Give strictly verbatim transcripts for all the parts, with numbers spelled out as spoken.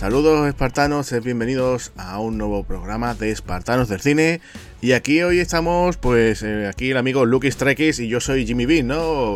Saludos espartanos, sed bienvenidos a un nuevo programa de Espartanos del Cine. Y aquí hoy estamos, pues, eh, aquí el amigo Lucky Strikes y yo soy Jimmy Bean, ¿no?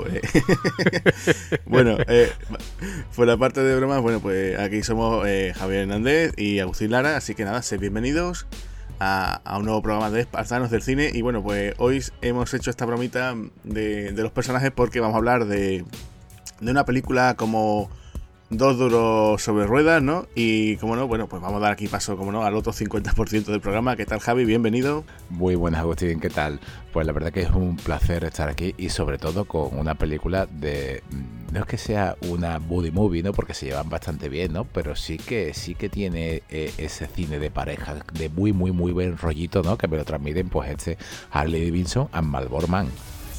Bueno, eh, fuera parte de bromas, bueno, pues aquí somos eh, Javier Hernández y Agustín Lara, así que nada, sed bienvenidos a, a un nuevo programa de Espartanos del Cine. Y bueno, pues hoy hemos hecho esta bromita de, de los personajes porque vamos a hablar de, de una película como Dos duros sobre ruedas, ¿no? Y como no, bueno, pues vamos a dar aquí paso, como no, al otro cincuenta por ciento del programa. ¿Qué tal, Javi? Bienvenido. Muy buenas, Agustín, ¿qué tal? Pues la verdad que es un placer estar aquí y sobre todo con una película de... No es que sea una buddy movie, ¿no? Porque se llevan bastante bien, ¿no? Pero sí que sí que tiene eh, ese cine de pareja, de muy, muy, muy buen rollito, ¿no? Que me lo transmiten, pues, este Harley Davidson and Marlboro Man.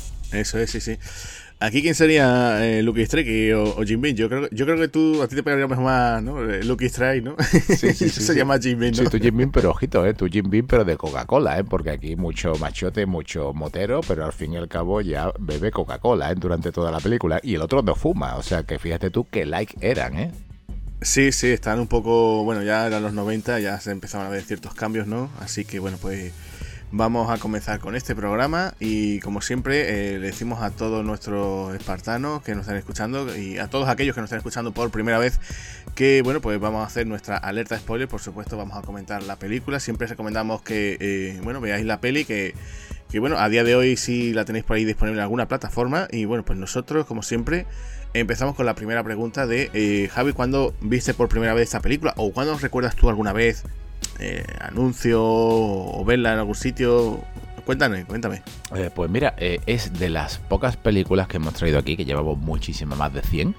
Eso es, sí, sí. Aquí, ¿quién sería eh, Lucky Strike o, o Jim Beam? Yo creo, yo creo que tú, a ti te pegaría mejor más, ¿no? Lucky Strike, ¿no? Sí, sí, sí. Se sí. llama Jim Beam, ¿no? Sí, tú Jim Beam, pero ojito, ¿eh? Tú Jim Beam, pero de Coca-Cola, ¿eh? Porque aquí mucho machote, mucho motero, pero al fin y al cabo ya bebe Coca-Cola, ¿eh? Durante toda la película. Y el otro no fuma, o sea que fíjate tú qué like eran, ¿eh? Sí, sí, están un poco, bueno, ya eran los noventa, ya se empezaban a ver ciertos cambios, ¿no? Así que, bueno, pues vamos a comenzar con este programa y como siempre eh, le decimos a todos nuestros espartanos que nos están escuchando y a todos aquellos que nos están escuchando por primera vez que bueno, pues vamos a hacer nuestra alerta spoiler. Por supuesto vamos a comentar la película, siempre recomendamos que eh, bueno, veáis la peli, que, que bueno, a día de hoy sí la tenéis por ahí disponible en alguna plataforma. Y bueno, pues nosotros como siempre empezamos con la primera pregunta de eh, Javi, ¿cuándo viste por primera vez esta película? ¿O cuándo recuerdas tú alguna vez Eh, anuncio o verla en algún sitio? Cuéntame, cuéntame. Eh, pues mira, eh, es de las pocas películas que hemos traído aquí, que llevamos muchísimas, más de cien,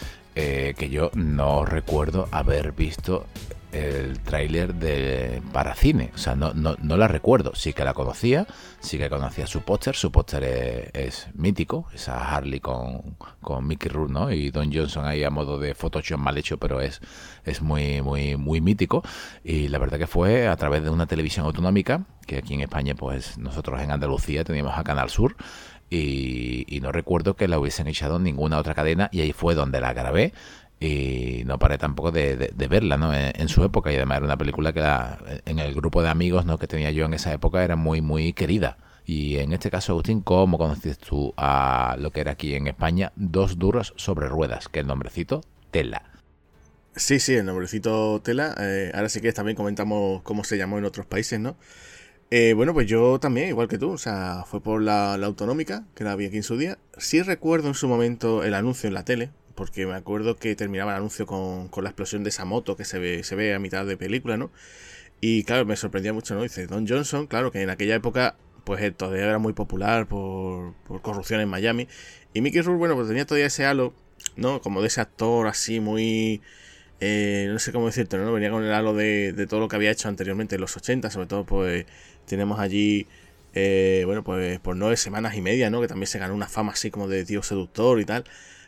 eh, que yo no recuerdo haber visto el tráiler de para cine. O sea, no, no, no la recuerdo. Sí que la conocía, sí que conocía su póster. Su póster es, es mítico, esa Harley con, con Mickey Rourke, ¿no? Y Don Johnson ahí a modo de Photoshop mal hecho, pero es, es muy, muy, muy mítico. Y la verdad que fue a través de una televisión autonómica, que aquí en España, pues nosotros en Andalucía teníamos a Canal Sur, y, y no recuerdo que la hubiesen echado en ninguna otra cadena, y ahí fue donde la grabé. Y no paré tampoco de, de, de verla, ¿no? En, en su época, y además era una película que la, en el grupo de amigos, ¿no?, que tenía yo en esa época era muy muy querida. Y en este caso, Agustín, ¿cómo conociste tú a lo que era aquí en España Dos duros sobre ruedas? Que el nombrecito, tela. Sí, sí, el nombrecito tela. Eh, ahora sí que también comentamos cómo se llamó en otros países, ¿no? Eh, bueno, pues yo también, igual que tú, o sea, fue por la, la autonómica, que la vi aquí en su día. Sí recuerdo en su momento el anuncio en la tele, porque me acuerdo que terminaba el anuncio con, con la explosión de esa moto que se ve, se ve a mitad de película, ¿no? Y claro, me sorprendía mucho, ¿no? Dice, Don Johnson, claro, que en aquella época pues él todavía era muy popular por, por corrupción en Miami. Y Mickey Rourke, bueno, pues tenía todavía ese halo, ¿no? Como de ese actor así muy... Eh, no sé cómo decirte, ¿no? Venía con el halo de, de todo lo que había hecho anteriormente en los ochenta, sobre todo pues tenemos allí... Eh, bueno, pues por nueve semanas y media, ¿no? Que también se ganó una fama así como de tío seductor y tal.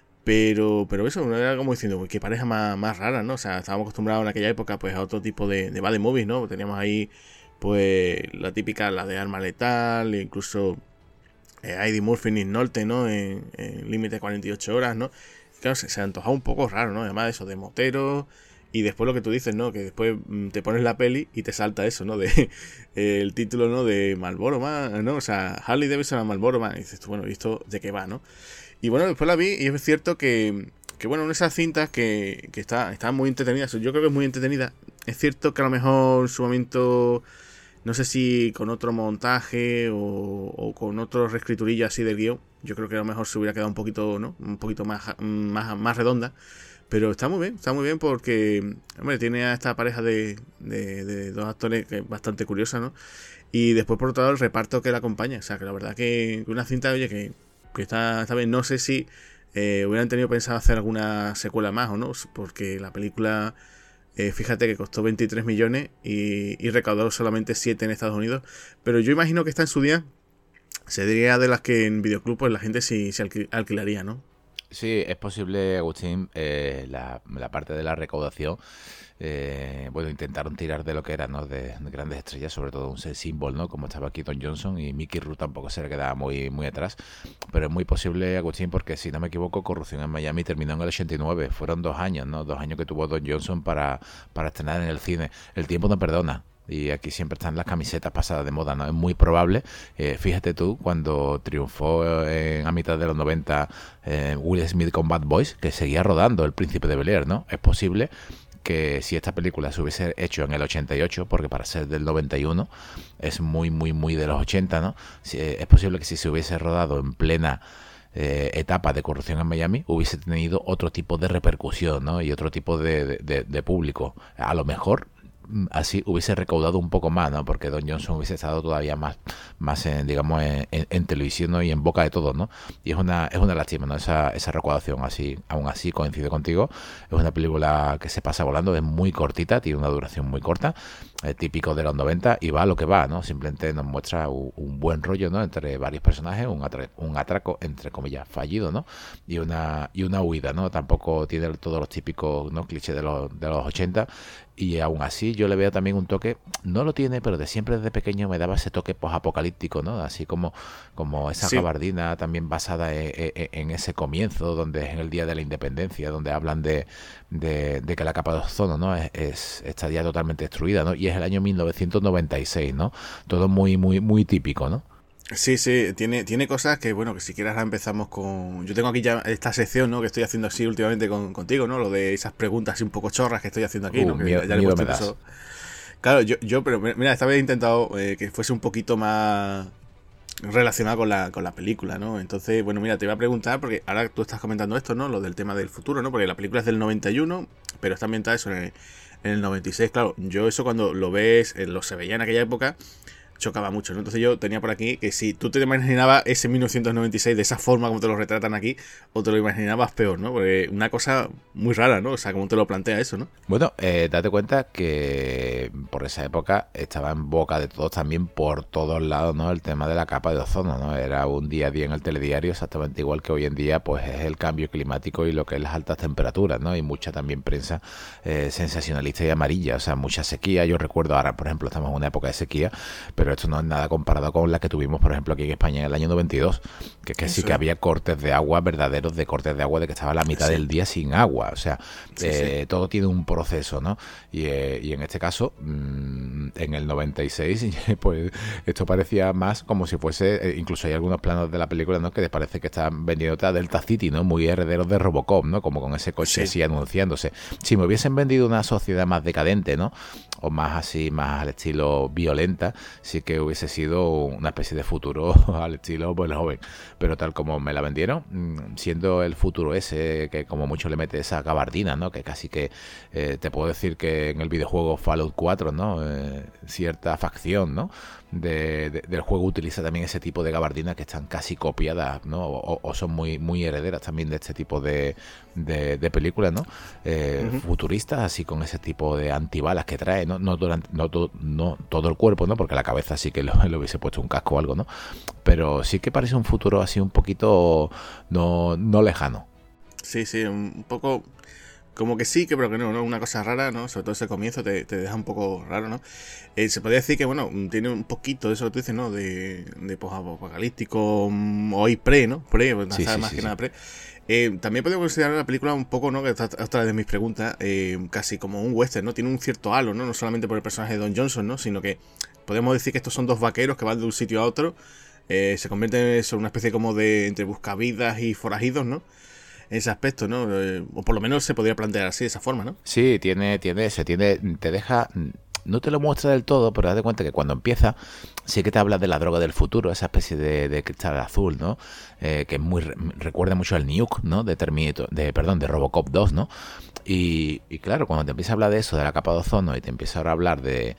Pero, pero eso, no era como diciendo, qué pareja más, más rara, ¿no? O sea, estábamos acostumbrados en aquella época pues a otro tipo de, de bad movies, ¿no? Teníamos ahí pues la típica, la de Arma Letal, e incluso eh, Eddie Murphy y Nolte, ¿no? En, en Límite cuarenta y ocho horas, ¿no? Y claro, se, se antojaba un poco raro, ¿no? Además de eso, de motero. Y después lo que tú dices, ¿no? Que después mm, te pones la peli y te salta eso, ¿no? De eh, el título, ¿no? De Marlboro Man, ¿no? O sea, Harley Davidson a Marlboro Man. Y dices tú, bueno, ¿y esto de qué va, no? Y bueno, después la vi y es cierto que, que bueno, en esas cintas que, que está, está muy entretenida. Yo creo que es muy entretenida. Es cierto que a lo mejor en su momento, no sé si con otro montaje o, o con otro reescriturillo así del guión, yo creo que a lo mejor se hubiera quedado un poquito, ¿no? Un poquito más, más, más redonda. Pero está muy bien, está muy bien porque, hombre, tiene a esta pareja de, de, de dos actores que es bastante curiosa, ¿no? Y después, por otro lado, el reparto que la acompaña. O sea, que la verdad que una cinta, oye, que, que está, está bien. No sé si eh, hubieran tenido pensado hacer alguna secuela más o no, porque la película, eh, fíjate que costó veintitrés millones y, y recaudó solamente siete en Estados Unidos. Pero yo imagino que esta en su día sería de las que en videoclub pues la gente sí se alqui- alquilaría, ¿no? Sí, es posible, Agustín, eh, la, la parte de la recaudación. Eh, bueno, intentaron tirar de lo que era, ¿no? De, de grandes estrellas, sobre todo un sex symbol, ¿no? Como estaba aquí Don Johnson, y Mickey Rourke tampoco se le quedaba muy, muy atrás. Pero es muy posible, Agustín, porque si no me equivoco, Corrupción en Miami terminó en el ochenta y nueve. Fueron dos años, ¿no? Dos años que tuvo Don Johnson para, para estrenar en el cine. El tiempo no perdona. Y aquí siempre están las camisetas pasadas de moda, ¿no? Es muy probable, eh, fíjate tú, cuando triunfó eh, a mitad de los noventa eh, Will Smith con Bad Boys, que seguía rodando El Príncipe de Bel-Air, ¿no? Es posible que si esta película se hubiese hecho en el ochenta y ocho, porque para ser del noventa y uno es muy, muy, muy de los ochenta, ¿no? Si, eh, es posible que si se hubiese rodado en plena eh, etapa de Corrupción en Miami, hubiese tenido otro tipo de repercusión, ¿no? Y otro tipo de, de, de, de público. A lo mejor así hubiese recaudado un poco más, ¿no? Porque Don Johnson hubiese estado todavía más, más en, digamos, en, en, en televisión, ¿no? Y en boca de todos, ¿no? Y es una, es una lástima, ¿no? Esa, esa recaudación, así, aún así coincide contigo. Es una película que se pasa volando, es muy cortita, tiene una duración muy corta, eh, típico de los noventa, y va a lo que va, ¿no? Simplemente nos muestra un, un buen rollo, ¿no? Entre varios personajes, un, atra, un atraco, entre comillas, fallido, ¿no? Y una, y una huida, ¿no? Tampoco tiene todos los típicos, ¿no? Clichés de los, de los ochenta, y aún así yo le veo también un toque, no lo tiene, pero de siempre desde pequeño me daba ese toque posapocalíptico, ¿no? Así como, como esa Sí, gabardina también basada en, en, en ese comienzo, donde es en el Día de la Independencia, donde hablan de, de, de que la capa de ozono, ¿no? Es, es, está ya totalmente destruida, ¿no? Y es el año mil novecientos noventa y seis, ¿no? Todo muy, muy, muy típico, ¿no? sí, sí, tiene, tiene cosas que, bueno, que si quieres ahora empezamos con... Yo tengo aquí ya esta sección, ¿no? Que estoy haciendo así últimamente con, contigo, ¿no? Lo de esas preguntas así un poco chorras que estoy haciendo aquí, Uh, ¿no? Que miedo, ya le miedo hemos me tenido das. eso. Claro, yo, yo, pero mira, esta vez he intentado eh, que fuese un poquito más relacionado con la, con la película, ¿no? Entonces, bueno, mira, te voy a preguntar, porque ahora tú estás comentando esto, ¿no? Lo del tema del futuro, ¿no? Porque la película es del noventa y uno, pero está ambientada eso en el, en el noventa y seis. Claro, yo eso cuando lo ves, eh, lo se veía en aquella época, chocaba mucho, ¿no? Entonces yo tenía por aquí que si tú te imaginabas ese mil novecientos noventa y seis de esa forma como te lo retratan aquí, o te lo imaginabas peor, ¿no? Porque una cosa muy rara, ¿no? O sea, como te lo plantea eso, ¿no? Bueno, eh, date cuenta que por esa época estaba en boca de todos también por todos lados, ¿no? El tema de la capa de ozono, ¿no? Era un día a día en el telediario, exactamente igual que hoy en día, pues es el cambio climático y lo que es las altas temperaturas, ¿no? Y mucha también prensa eh, sensacionalista y amarilla, o sea, mucha sequía. Yo recuerdo ahora, por ejemplo, estamos en una época de sequía, pero esto no es nada comparado con la que tuvimos, por ejemplo, aquí en España en el año noventa y dos, que, que sí Eso que es. había cortes de agua, verdaderos de cortes de agua, de que estaba la mitad Sí, del día sin agua, o sea, sí, eh, sí. todo tiene un proceso, ¿no? Y, eh, y en este caso, mmm, en el noventa y seis, pues esto parecía más como si fuese, eh, incluso hay algunos planos de la película, ¿no? Que les parece que están vendiendo a Delta City, ¿no? Muy herederos de Robocop, ¿no? Como con ese coche Sí, así anunciándose. Si me hubiesen vendido una sociedad más decadente, ¿no? O más así, más al estilo violenta, sí que hubiese sido una especie de futuro al estilo pues joven. Pero tal como me la vendieron, siendo el futuro ese, que como mucho le mete esa gabardina, ¿no? Que casi que eh, te puedo decir que en el videojuego Fallout cuatro, ¿no? Eh, cierta facción, ¿no? De, de, del juego utiliza también ese tipo de gabardinas que están casi copiadas, ¿no? O, o son muy, muy herederas también de este tipo de, de, de películas, ¿no? Eh, uh-huh. Futuristas, así con ese tipo de antibalas que trae, no, no, durante, no, to, no todo el cuerpo, ¿no? Porque la cabeza sí que lo, le hubiese puesto un casco o algo, ¿no? Pero sí que parece un futuro así un poquito no, no lejano. Sí, sí, un poco... Como que sí, que pero que no, ¿no? Una cosa rara, ¿no? Sobre todo ese comienzo te, te deja un poco raro, ¿no? Eh, se podría decir que, bueno, tiene un poquito de eso que tú dices, ¿no? De, de post-apocalíptico, o pre, ¿no? Pre, pues, Sí, sí, más sí, que sí. nada pre. Eh, también podemos considerar la película un poco, ¿no? Que esta es otra de mis preguntas, eh, casi como un western, ¿no? Tiene un cierto halo, ¿no? No solamente por el personaje de Don Johnson, ¿no? Sino que podemos decir que estos son dos vaqueros que van de un sitio a otro, eh, se convierten en eso, una especie como de entre buscavidas y forajidos, ¿no? En ese aspecto, ¿no? Eh, o por lo menos se podría plantear así, de esa forma, ¿no? Sí, tiene, tiene, se tiene, te deja, no te lo muestra del todo, pero date cuenta que cuando empieza, sí que te habla de la droga del futuro, esa especie de, de cristal azul, ¿no? Eh, que es muy, recuerda mucho al Nuke, ¿no? De Terminator, de, perdón, de Robocop dos, ¿no? Y, y claro, cuando te empieza a hablar de eso, de la capa de ozono, y te empieza ahora a hablar de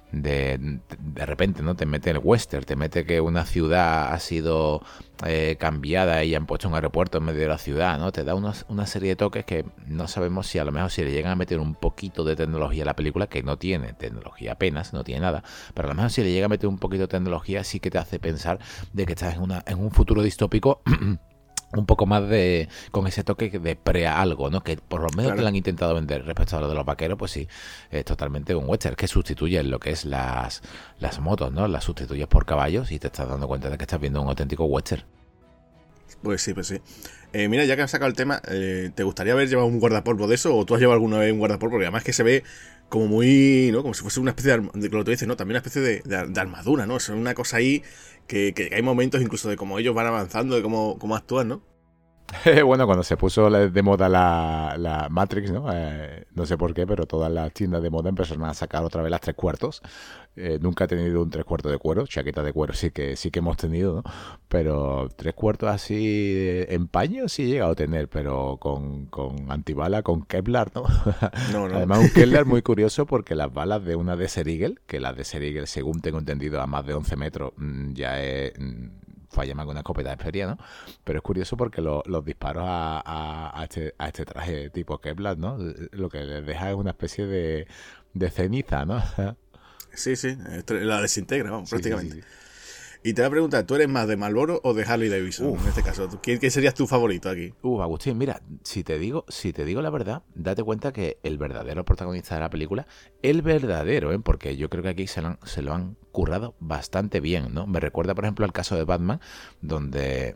de, de repente, ¿no? Te mete el western, te mete que una ciudad ha sido eh, cambiada y han puesto un aeropuerto en medio de la ciudad, ¿no? Te da unos, una serie de toques que no sabemos si a lo mejor si le llegan a meter un poquito de tecnología a la película, que no tiene tecnología apenas, no tiene nada, pero a lo mejor si le llega a meter un poquito de tecnología sí que te hace pensar de que estás en, una, en un futuro distópico un poco más de con ese toque de pre a algo, ¿no? Que por lo menos Claro. te lo han intentado vender respecto a lo de los vaqueros, pues sí, es totalmente un western que sustituye lo que es las, las motos, ¿no? Las sustituyes por caballos y te estás dando cuenta de que estás viendo un auténtico western. Pues sí, pues sí. Eh, mira, ya que has sacado el tema, eh, ¿te gustaría haber llevado un guardapolvo de eso? ¿O tú has llevado alguna vez un guardapolvo? Porque además que se ve como muy, ¿no? Como si fuese una especie de, arma- de lo que tú dices, ¿no? También una especie de, de- de armadura, ¿no? Es una cosa ahí que, que hay momentos incluso de cómo ellos van avanzando, de cómo, cómo actúan, ¿no? Bueno, cuando se puso la- de moda la, la Matrix, ¿no? Eh, no sé por qué, pero todas las tiendas de moda empezaron a sacar otra vez las tres cuartos. Eh, nunca he tenido un tres cuartos de cuero, chaqueta de cuero sí que sí que hemos tenido, ¿no? Pero tres cuartos así en paño sí he llegado a tener, pero con, con antibala, con Kevlar, ¿no? No, no. Además un Kevlar muy curioso porque las balas de una Desert Eagle, que la Desert Eagle, según tengo entendido, a más de once metros, mm, ya es... mm, falla más que una escopeta de feria, ¿no? Pero es curioso porque lo- los disparos a, a- a este, a este traje tipo Kevlar, ¿no? Lo que les deja es una especie de, de ceniza, ¿no? Sí, sí, esto- la desintegra, vamos, Sí, sí, sí, prácticamente. sí. Y te voy a preguntar, ¿tú eres más de Marlboro o de Harley Davidson? Uf. En este caso, ¿tú- ¿quién, quién serías tu favorito aquí? Uh, Agustín, mira, si te digo, si te digo la verdad, date cuenta que el verdadero protagonista de la película, el verdadero, ¿eh? Porque yo creo que aquí se lo han, se lo han currado bastante bien, ¿no? Me recuerda, por ejemplo, al caso de Batman, donde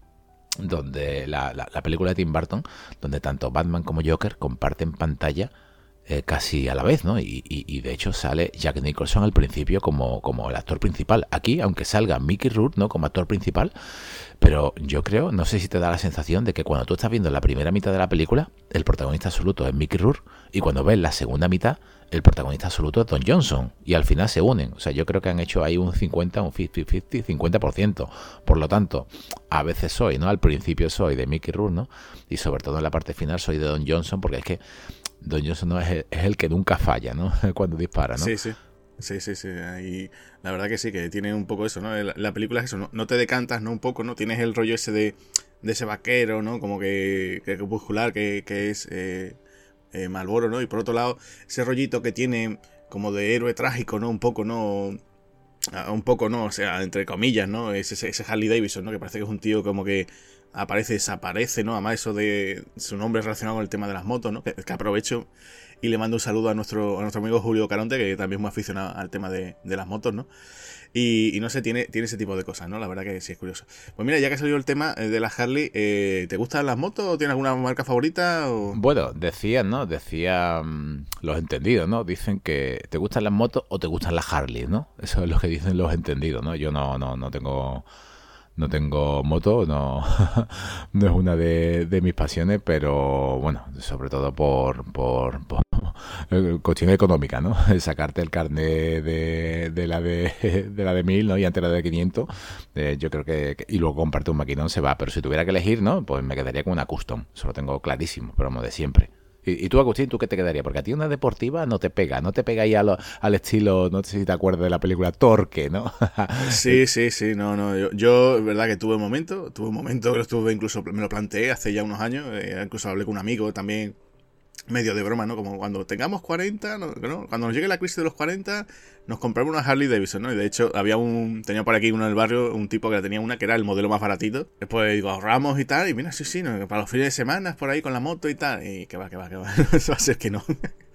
donde la, la, la película de Tim Burton, donde tanto Batman como Joker comparten pantalla eh, casi a la vez, ¿no? Y, y, y de hecho sale Jack Nicholson al principio como, como el actor principal. Aquí, aunque salga Mickey Rourke, ¿no? Como actor principal, pero yo creo, no sé si te da la sensación de que cuando tú estás viendo la primera mitad de la película, el protagonista absoluto es Mickey Rourke, y cuando ves la segunda mitad, el protagonista absoluto es Don Johnson, y al final se unen. O sea, yo creo que han hecho ahí un cincuenta, un cincuenta cincuenta, cincuenta por ciento. Por lo tanto, a veces soy, ¿no? Al principio soy de Mickey Rourke, ¿no? Y sobre todo en la parte final soy de Don Johnson, porque es que Don Johnson no es el, es el que nunca falla, ¿no? Cuando dispara, ¿no? Sí, sí. Sí, sí, sí. Y la verdad que sí, que tiene un poco eso, ¿no? La, la película es eso, ¿no? No te decantas, ¿no? Un poco, ¿no? Tienes el rollo ese de, de ese vaquero, ¿no? Como que, que crepuscular, que, que es eh, eh, Marlboro, ¿no? Y por otro lado, ese rollito que tiene como de héroe trágico, ¿no? Un poco, ¿no? Ah, un poco, ¿no? O sea, entre comillas, ¿no? Ese, ese ese Harley Davidson, ¿no? Que parece que es un tío como que aparece, desaparece, ¿no? Además eso de su nombre relacionado con el tema de las motos, ¿no? Que, que aprovecho y le mando un saludo a nuestro, a nuestro amigo Julio Caronte, que también es muy aficionado al tema de, de las motos, ¿no? Y, y no sé, tiene, tiene ese tipo de cosas, ¿no? La verdad que sí es curioso. Pues mira, ya que ha salido el tema eh, de la Harley, eh, ¿te gustan las motos o tienes alguna marca favorita? O... Bueno, decían, ¿no? Decían los entendidos, ¿no? Dicen que te gustan las motos o te gustan las Harley, ¿no? Eso es lo que dicen los entendidos, ¿no? Yo no, no, no tengo... No tengo moto, no, no es una de, de mis pasiones, pero bueno, sobre todo por, por, por cuestión económica, ¿no? Sacarte el carnet de, de la de, de la de mil, ¿no? Y antes la de quinientos, eh, yo creo que, que- y luego comparte un maquinón se va, pero si tuviera que elegir, ¿no? Pues me quedaría con una custom, eso lo tengo clarísimo, pero como de siempre. Y, y tú, Agustín, ¿tú qué te quedaría? Porque a ti una deportiva no te pega, no te pega ahí a lo- al estilo, no sé si te acuerdas de la película Torque, ¿no? Sí, sí, sí, no, no. Yo, yo, es verdad que tuve un momento, tuve un momento que lo estuve, incluso me lo planteé hace ya unos años, eh, incluso hablé con un amigo también, medio de broma, ¿no? Como cuando tengamos cuarenta, ¿no? ¿no? Cuando nos llegue la crisis de los cuarenta, nos compramos una Harley Davidson, ¿no? Y de hecho, había un, tenía por aquí uno en el barrio, un tipo que tenía una que era el modelo más baratito. Después digo, ahorramos y tal, y mira, sí, sí, ¿no? Para los fines de semana, por ahí con la moto y tal. Y que va, que va, que va. Eso va a ser que no.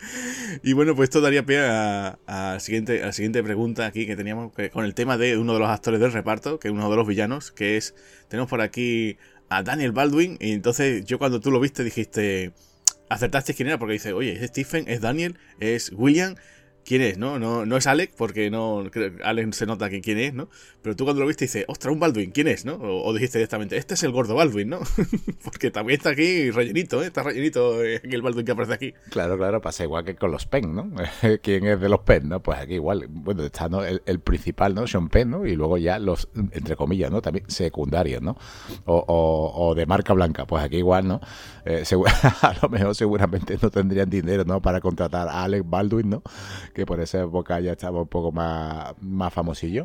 Y bueno, pues esto daría pie a, a, siguiente, a la siguiente pregunta aquí que teníamos que, con el tema de uno de los actores del reparto, que es uno de los villanos, que es, tenemos por aquí a Daniel Baldwin, y entonces yo cuando tú lo viste dijiste, acertaste quién era, porque dice, oye, es Stephen, es Daniel, es William, ¿quién es? No, no, no es Alec, porque no, creo que Alec se nota que quién es, ¿no? Pero tú cuando lo viste dices, ostras, un Baldwin, ¿quién es? ¿No? O, o dijiste directamente, este es el gordo Baldwin, ¿no? Porque también está aquí rellenito, ¿eh? Está rellenito eh, el Baldwin que aparece aquí. Claro, claro, pasa igual que con los Penn, ¿no? ¿Quién es de los Penn, no? Pues aquí igual, bueno, está, ¿no? el, el principal, ¿no? Sean Penn, ¿no? Y luego ya los, entre comillas, ¿no? También secundarios, ¿no? O, o, o de marca blanca, pues aquí igual, ¿no? Eh, segu- a lo mejor seguramente no tendrían dinero, ¿no? Para contratar a Alec Baldwin, ¿no? Que por esa época ya estaba un poco más, más famosillo.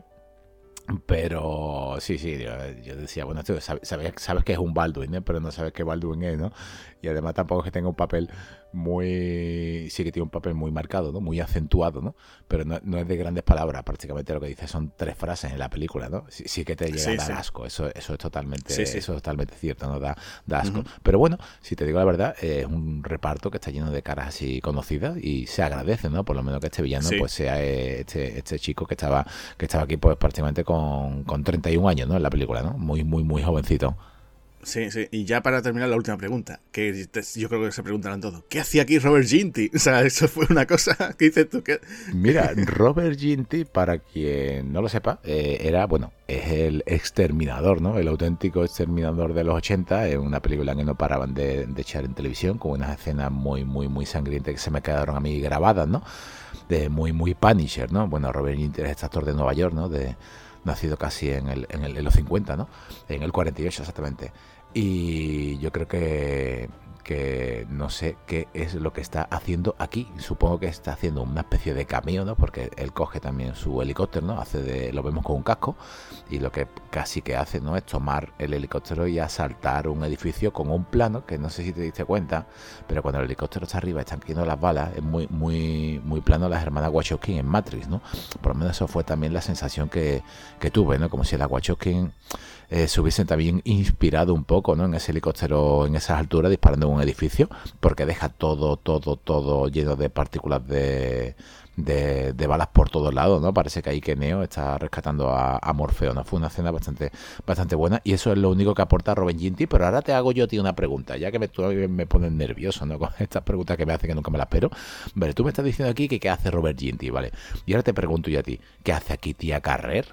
Pero sí, sí, yo, yo decía, bueno, tú sabes, sabes que es un Baldwin, ¿eh? Pero no sabes qué Baldwin es, ¿no? Y además tampoco es que tenga un papel muy, sí que tiene un papel muy marcado, ¿no? Muy acentuado, ¿no? Pero no, no es de grandes palabras, prácticamente lo que dice son tres frases en la película, ¿no? Sí, sí que te llega Sí, a dar sí. asco, eso, eso es totalmente, Sí, sí. eso es totalmente cierto, ¿no? Da, da asco. Ujú. Pero bueno, si te digo la verdad, es un reparto que está lleno de caras así conocidas y se agradece, ¿no? Por lo menos que este villano Sí. pues sea eh, este, este chico que estaba, que estaba aquí pues prácticamente con, con treinta y un años, ¿no? En la película, ¿no? Muy, muy, muy jovencito. Sí, sí. Y ya para terminar la última pregunta, que te- yo creo que se preguntarán todos. ¿Qué hacía aquí Robert Ginty? O sea, eso fue una cosa que dices tú que... Mira, Robert Ginty, para quien no lo sepa, eh, era, bueno, es el exterminador, ¿no? El auténtico exterminador de los ochenta, es una película que no paraban de, de echar en televisión, con unas escenas muy, muy, muy sangrientas que se me quedaron a mí grabadas, ¿no? De muy, muy Punisher, ¿no? Bueno, Robert Ginty es este actor de Nueva York, ¿no? De, nacido casi en, el, en, el, en los cincuenta, ¿no? En el cuarenta y ocho exactamente. Y yo creo que, que no sé qué es lo que está haciendo aquí. Supongo que está haciendo una especie de cameo, ¿no? Porque él coge también su helicóptero, ¿no? Hace de, lo vemos con un casco y lo que casi que hace, ¿no? Es tomar el helicóptero y asaltar un edificio con un plano que no sé si te diste cuenta, pero cuando el helicóptero está arriba, están cayendo las balas, es muy, muy, muy plano las hermanas Wachowski en Matrix, ¿no? Por lo menos eso fue también la sensación que, que tuve, ¿no? Como si las Wachowski eh, se hubiesen también inspirado un poco, ¿no? En ese helicóptero, en esas alturas, disparando en un edificio, porque deja todo, todo, todo lleno de partículas de, de, de balas por todos lados, ¿no? Parece que ahí que Neo está rescatando a, a Morfeo, ¿no? Fue una escena bastante, bastante buena y eso es lo único que aporta Robert Ginty. Pero ahora te hago yo a ti una pregunta, ya que me, tú me pones nervioso, ¿no? Con estas preguntas que me hacen que nunca me las espero. Vale, tú me estás diciendo aquí que qué hace Robert Ginty, ¿vale? Y ahora te pregunto yo a ti, ¿qué hace aquí tía Carrer?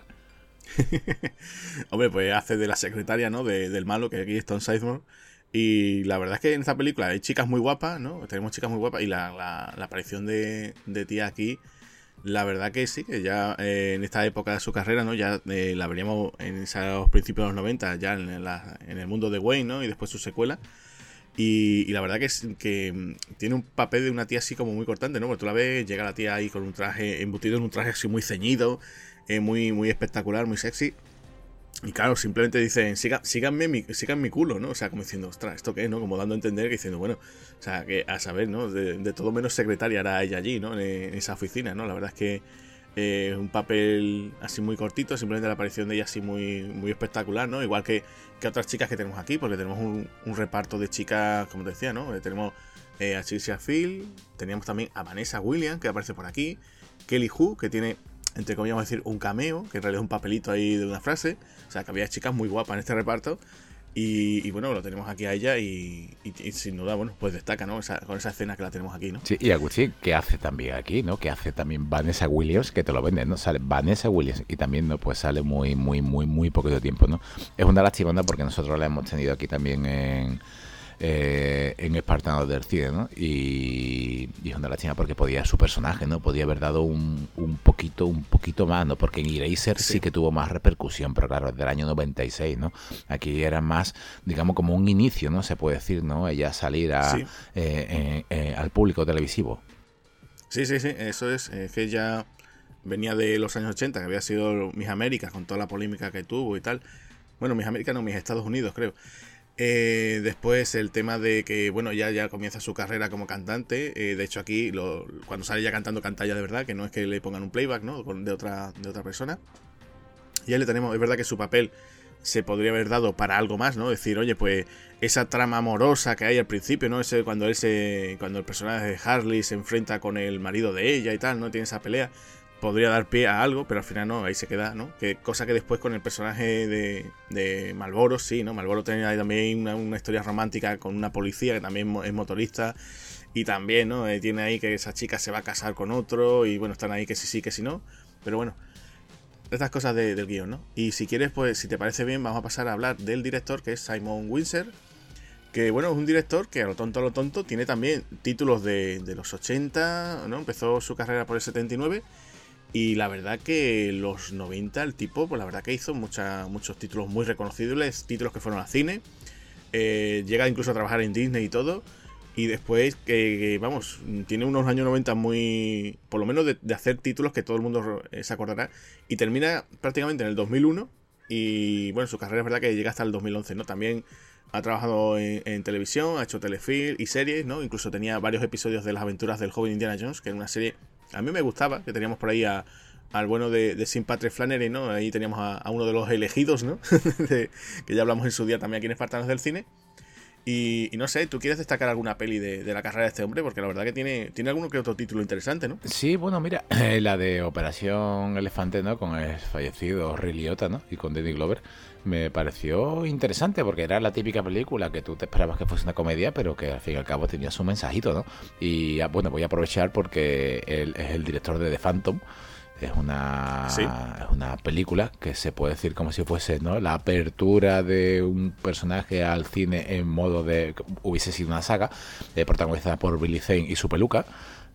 Hombre, pues hace de la secretaria, ¿no? De, del malo, que aquí es Tom Sizemore. Y la verdad es que en esta película hay chicas muy guapas, ¿no? Tenemos chicas muy guapas y la, la, la aparición de, de tía aquí, la verdad que sí, que ya eh, en esta época de su carrera, ¿no? Ya eh, la veríamos en esos principios de los noventa, ya en, la, en el mundo de Wayne, ¿no? Y después su secuela. Y, y la verdad que, es, que mm, tiene un papel de una tía así como muy cortante, ¿no? Porque tú la ves, llega la tía ahí con un traje, embutido en un traje así muy ceñido, eh, muy, muy espectacular, muy sexy. Y claro, simplemente dicen, Siga, síganme mi, sigan mi culo, ¿no? O sea, como diciendo, ostras, ¿esto qué es, no? Como dando a entender que diciendo, bueno, o sea, que a saber, ¿no? De, de todo menos secretaria era ella allí, ¿no? En, en esa oficina, ¿no? La verdad es que eh, un papel así muy cortito, simplemente la aparición de ella así muy, muy espectacular, ¿no? Igual que, que otras chicas que tenemos aquí, porque tenemos un, un reparto de chicas, como te decía, ¿no? Eh, tenemos eh, a Tricia Field, teníamos también a Vanessa Williams, que aparece por aquí, Kelly Hu, que tiene, entre comillas, vamos a decir, un cameo, que en realidad es un papelito ahí de una frase. O sea, que había chicas muy guapas en este reparto. Y, y bueno, lo tenemos aquí a ella y, y, y sin duda, bueno, pues destaca, ¿no? Esa, con esa escena que la tenemos aquí, ¿no? Sí, y Agustín, ¿qué hace también aquí, no? Que hace también Vanessa Williams, que te lo venden, ¿no? Sale Vanessa Williams y también, ¿no? Pues sale muy, muy, muy, muy poquito tiempo, ¿no? Es una lástima, ¿no? Porque nosotros la hemos tenido aquí también en... Eh, en Espartanos del Cine, ¿no? Y, y es una lástima porque podía su personaje, ¿no? Podía haber dado un, un poquito, un poquito más, ¿no? Porque en Eraser sí. sí que tuvo más repercusión, pero claro, es del año noventa y seis, ¿no? Aquí era más, digamos, como un inicio, ¿no? Se puede decir, ¿no? Ella salir a, sí. eh, eh, eh, al público televisivo. Sí, sí, sí, eso es, es que ella venía de los años ochenta, que había sido Miss Américas, con toda la polémica que tuvo y tal. Bueno, Miss Américas no, Miss Estados Unidos, creo. Eh, después el tema de que, bueno, ya, ya comienza su carrera como cantante. Eh, de hecho aquí, lo, cuando sale ya cantando, canta ya de verdad, que no es que le pongan un playback, ¿no? De otra, de otra persona. Ya le tenemos, es verdad que su papel se podría haber dado para algo más, ¿no? Decir, oye, pues esa trama amorosa que hay al principio, ¿no? Ese, cuando él se, cuando el personaje de Harley se enfrenta con el marido de ella y tal, ¿no? Tiene esa pelea. Podría dar pie a algo, pero al final no, ahí se queda, ¿no? Que cosa que después con el personaje de, de Marlboro, sí, ¿no? Marlboro tenía ahí también una, una historia romántica con una policía que también es motorista y también, ¿no? Eh, tiene ahí que esa chica se va a casar con otro y bueno, están ahí que sí sí, que sí no, pero bueno, estas cosas de, del guión, ¿no? Y si quieres, pues si te parece bien, vamos a pasar a hablar del director, que es Simon Windsor, que bueno, es un director que a lo tonto a lo tonto tiene también títulos de, de los ochenta, ¿no? Empezó su carrera por el setenta y nueve. Y la verdad que los noventa el tipo, pues la verdad que hizo mucha, muchos títulos muy reconocibles, títulos que fueron al cine. Eh, llega incluso a trabajar en Disney y todo. Y después, que, que vamos, tiene unos años noventa muy... Por lo menos de, de hacer títulos que todo el mundo se acordará. Y termina prácticamente en el dos mil uno Y bueno, su carrera es verdad que llega hasta el dos mil once, ¿no? También ha trabajado en, en televisión, ha hecho telefilm y series, ¿no? Incluso tenía varios episodios de las aventuras del joven Indiana Jones, que era una serie a mí me gustaba, que teníamos por ahí a, al bueno de, de Sean Patrick Flanery, ¿no? Ahí teníamos a, a uno de los elegidos, ¿no? de, que ya hablamos en su día también aquí en Espartanos del Cine. Y, y no sé, ¿tú quieres destacar alguna peli de, de la carrera de este hombre? Porque la verdad que tiene, tiene alguno que otro título interesante, ¿no? Sí, bueno, mira, la de Operación Elefante, ¿no? Con el fallecido Ray Liotta, ¿no? Y con Danny Glover, me pareció interesante porque era la típica película que tú te esperabas que fuese una comedia, pero que al fin y al cabo tenía su mensajito, ¿no? Y bueno, voy a aprovechar porque él es el director de The Phantom. Es una, Sí. es una película que se puede decir como si fuese, ¿no?, la apertura de un personaje al cine en modo de que hubiese sido una saga, eh, protagonizada por Billy Zane y su peluca.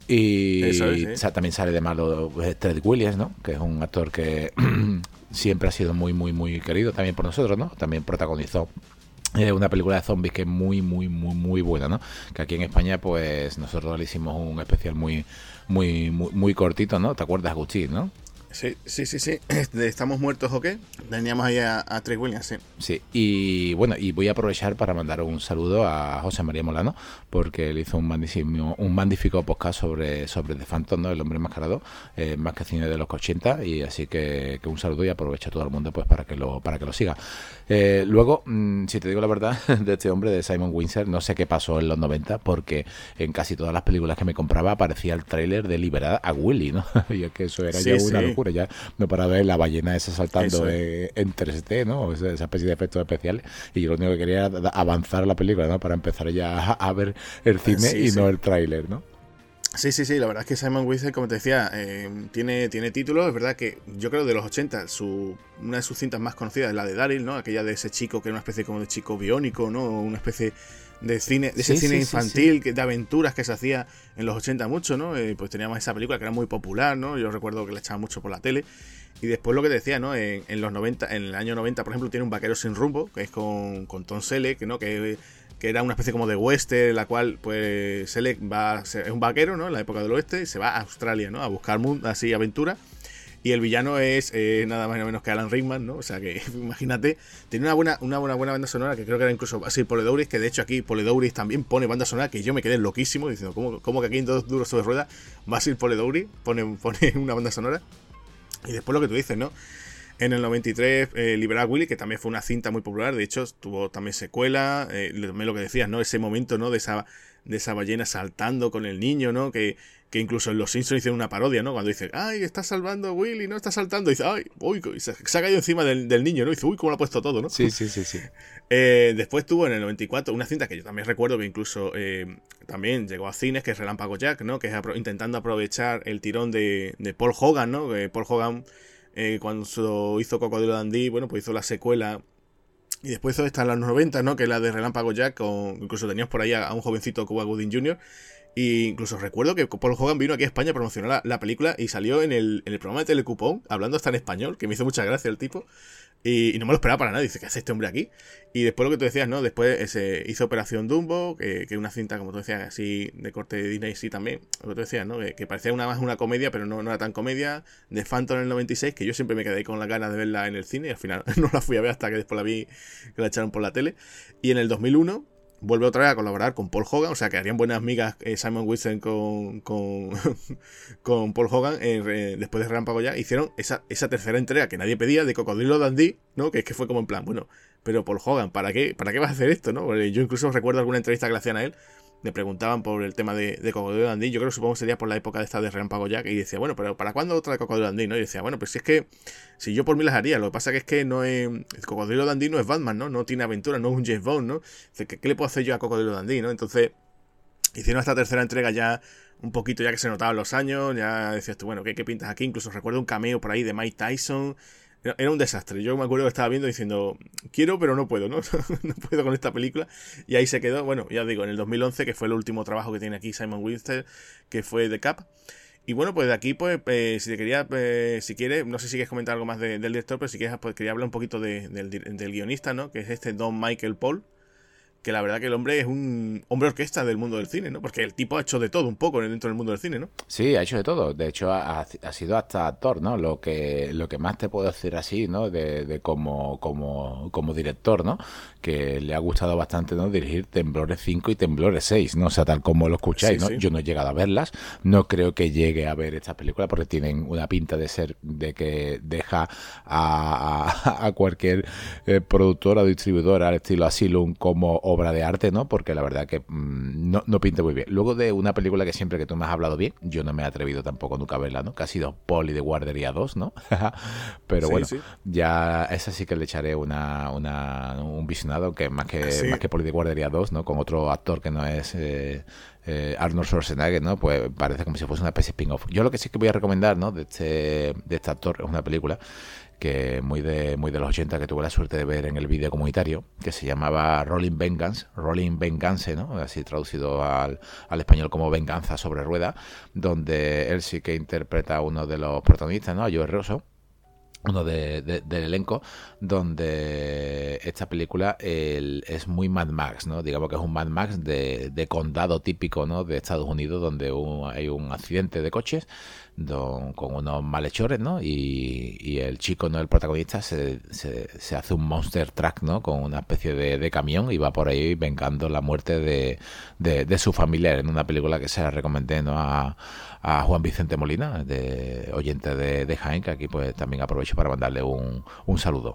Y Eso es, sí. o sea, también sale de malo Ted Williams, ¿no?, que es un actor que siempre ha sido muy, muy, muy querido también por nosotros, ¿no? También protagonizó Eh, una película de zombies que es muy, muy, muy, muy buena, ¿no? Que aquí en España, pues, nosotros le hicimos un especial muy, muy, muy, muy cortito, ¿no? ¿Te acuerdas, Agustín, no? Sí, sí, sí, sí. De ¿Estamos muertos o qué? Teníamos ahí a, a Trey Williams, sí. Sí, y bueno, y voy a aprovechar para mandar un saludo a José María Molano, porque él hizo un magnífico, un magnífico podcast sobre, sobre The Phantom, ¿no?, el hombre enmascarado, eh, más que cine de los ochenta, y así que, que un saludo y aprovecho a todo el mundo pues para que lo, para que lo siga. Eh, luego, mmm, si te digo la verdad, de este hombre, de Simon Windsor, no sé qué pasó en los noventa, porque en casi todas las películas que me compraba aparecía el tráiler de Liberar a Willy, ¿no? Y es que eso era Sí, ya una sí. locura, ya no para ver la ballena esa saltando Eso es. eh, en tres D, ¿no? Esa, esa especie de efectos especiales, y yo lo único que quería era da- avanzar la película, ¿no?, para empezar ya a, a ver el cine Sí, y sí. no el tráiler, ¿no? Sí, sí, sí, la verdad es que Simon Windsor, como te decía, eh, tiene, tiene títulos. Es verdad que yo creo de los ochenta, su, una de sus cintas más conocidas es la de Daryl, ¿no? Aquella de ese chico que era una especie como de chico biónico, ¿no? Una especie de cine, de ese Sí, cine sí, sí, infantil, sí. que, de aventuras que se hacía en los ochenta mucho, ¿no? Eh, pues teníamos esa película que era muy popular, ¿no? Yo recuerdo que la echaba mucho por la tele. Y después lo que te decía, ¿no? En, en los noventa, en el año noventa, por ejemplo, tiene un Vaquero sin rumbo, que es con, con Tom Selleck, ¿no? Que que era una especie como de western, la cual, pues, Selleck va, es un vaquero, ¿no?, en la época del oeste, y se va a Australia, ¿no?, a buscar mundo, así aventura. Y el villano es eh, nada más y nada menos que Alan Rickman, ¿no? O sea que, imagínate, tiene una buena, una buena, buena banda sonora, que creo que era incluso así Poledouris, que de hecho aquí Poledouris también pone banda sonora, que yo me quedé loquísimo, diciendo, ¿cómo, cómo que aquí en Dos Duros sobre Ruedas va a ser Poledouris? Pone, pone una banda sonora. Y después lo que tú dices, ¿no? En el noventa y tres, eh, Liberar a Willy, que también fue una cinta muy popular, de hecho, tuvo también secuela, eh, también lo que decías, ¿no? Ese momento, ¿no?, de esa, de esa ballena saltando con el niño, ¿no? Que, que incluso en Los Simpsons hicieron una parodia, ¿no? Cuando dice, ¡ay, está salvando a Willy, no está saltando! Y dice, ¡ay, uy! Y se, se ha caído encima del, del niño, ¿no? Y dice, ¡uy, cómo lo ha puesto todo!, ¿no? Sí, sí, sí, sí. Eh, después tuvo en el noventa y cuatro una cinta que yo también recuerdo que incluso eh, también llegó a cines, que es Relámpago Jack, ¿no? Que es apro- intentando aprovechar el tirón de, de Paul Hogan, ¿no? Que Paul Hogan, eh, cuando hizo Cocodrilo Dundee, bueno, pues hizo la secuela. Y después hizo esta en los noventa, ¿no? Que es la de Relámpago Jack, con, incluso teníamos por ahí a, a un jovencito Cuba Gooding junior Y incluso recuerdo que Paul Hogan vino aquí a España a promocionar la, la película y salió en el, en el programa de Telecupón, hablando hasta en español, que me hizo mucha gracia el tipo. Y, y no me lo esperaba para nada. Dice, ¿qué hace este hombre aquí? Y después lo que tú decías, ¿no? Después se hizo Operación Dumbo, que es una cinta, como tú decías, así de corte de Disney, sí también. Lo que tú decías, ¿no? Que, que parecía una más una comedia, pero no, no era tan comedia. De Phantom en el noventa y seis, que yo siempre me quedé con las ganas de verla en el cine y al final no la fui a ver hasta que después la vi, que la echaron por la tele. Y en el dos mil uno vuelve otra vez a colaborar con Paul Hogan, o sea que harían buenas migas eh, Simon Wilson con, con, con Paul Hogan eh, re, después de Relámpago Jack. Hicieron esa, esa tercera entrega que nadie pedía de Cocodrilo Dundee, ¿no? Que es que fue como en plan, bueno, pero Paul Hogan, ¿para qué, ¿para qué vas a hacer esto, no? Porque yo incluso recuerdo alguna entrevista que le hacían a él, le preguntaban por el tema de, de Cocodrilo Dundee. Yo creo que supongo que sería por la época de esta de Relámpago Jack. Y decía, bueno, pero ¿para cuándo otra de Cocodrilo Dundee, no? Y decía, bueno, pues si es que si yo por mí las haría. Lo que pasa que es que no es, el Cocodrilo Dundee no es Batman, ¿no? No tiene aventura, no es un James Bond, ¿no? Dice, ¿qué, qué le puedo hacer yo a Cocodrilo Dundee, no? Entonces hicieron esta tercera entrega ya un poquito, ya que se notaban los años. Ya decías tú, bueno, ¿qué, qué pintas aquí? Incluso recuerdo un cameo por ahí de Mike Tyson. Era un desastre. Yo me acuerdo que estaba viendo diciendo, quiero pero no puedo, ¿no? No puedo con esta película. Y ahí se quedó, bueno, ya digo, en el dos mil once, que fue el último trabajo que tiene aquí Simon Windsor, que fue The Cap. Y bueno, pues de aquí, pues, eh, si te quería, eh, si quieres, no sé si quieres comentar algo más de, del director, pero si quieres, pues quería hablar un poquito de, del, del guionista, ¿no? Que es este Don Michael Paul, que la verdad que el hombre es un hombre orquesta del mundo del cine, ¿no? Porque el tipo ha hecho de todo un poco dentro del mundo del cine, ¿no? Sí, ha hecho de todo. De hecho, ha, ha sido hasta actor, ¿no? Lo que, lo que más te puedo decir así, ¿no? De, de como, como, como director, ¿no? Que le ha gustado bastante, ¿no? Dirigir Temblores cinco y Temblores seis, ¿no? O sea, tal como lo escucháis, Sí, ¿no? sí. Yo no he llegado a verlas. No creo que llegue a ver estas películas porque tienen una pinta de ser, de que deja a, a, a cualquier eh, productora o distribuidora al estilo Asylum como obra de arte, ¿no? Porque la verdad que mmm, no, no pinta muy bien. Luego de una película que siempre que tú me has hablado bien, yo no me he atrevido tampoco nunca a verla, ¿no? Que ha sido Poli de Guardería dos, ¿no? Pero Sí, bueno, sí. ya esa sí que le echaré una, una un visionado, que más que Sí. más que Poli de Guardería dos, ¿no? Con otro actor que no es eh, eh, Arnold Schwarzenegger, ¿no? Pues parece como si fuese una especie de spin-off. Yo lo que sí que voy a recomendar, ¿no? De este, de este actor es una película que muy de muy de los ochenta, que tuve la suerte de ver en el vídeo comunitario, que se llamaba Rolling Vengeance, Rolling Vengeance, ¿no? Así traducido al, al español como Venganza sobre rueda, donde él sí que interpreta a uno de los protagonistas, ¿no? A Joe Rosso, uno de, de, del elenco, donde esta película el, es muy Mad Max, ¿no? Digamos que es un Mad Max de, de condado típico, ¿no? De Estados Unidos, donde un, hay un accidente de coches don, con unos malhechores, ¿no? Y, y el chico, ¿no? El protagonista se, se, se hace un monster truck, ¿no? Con una especie de, de camión y va por ahí vengando la muerte de, de, de su familiar, en una película que se la recomendé, ¿no? A, a Juan Vicente Molina, de oyente de, de Jaén, que aquí pues también aprovecho para mandarle un, un saludo.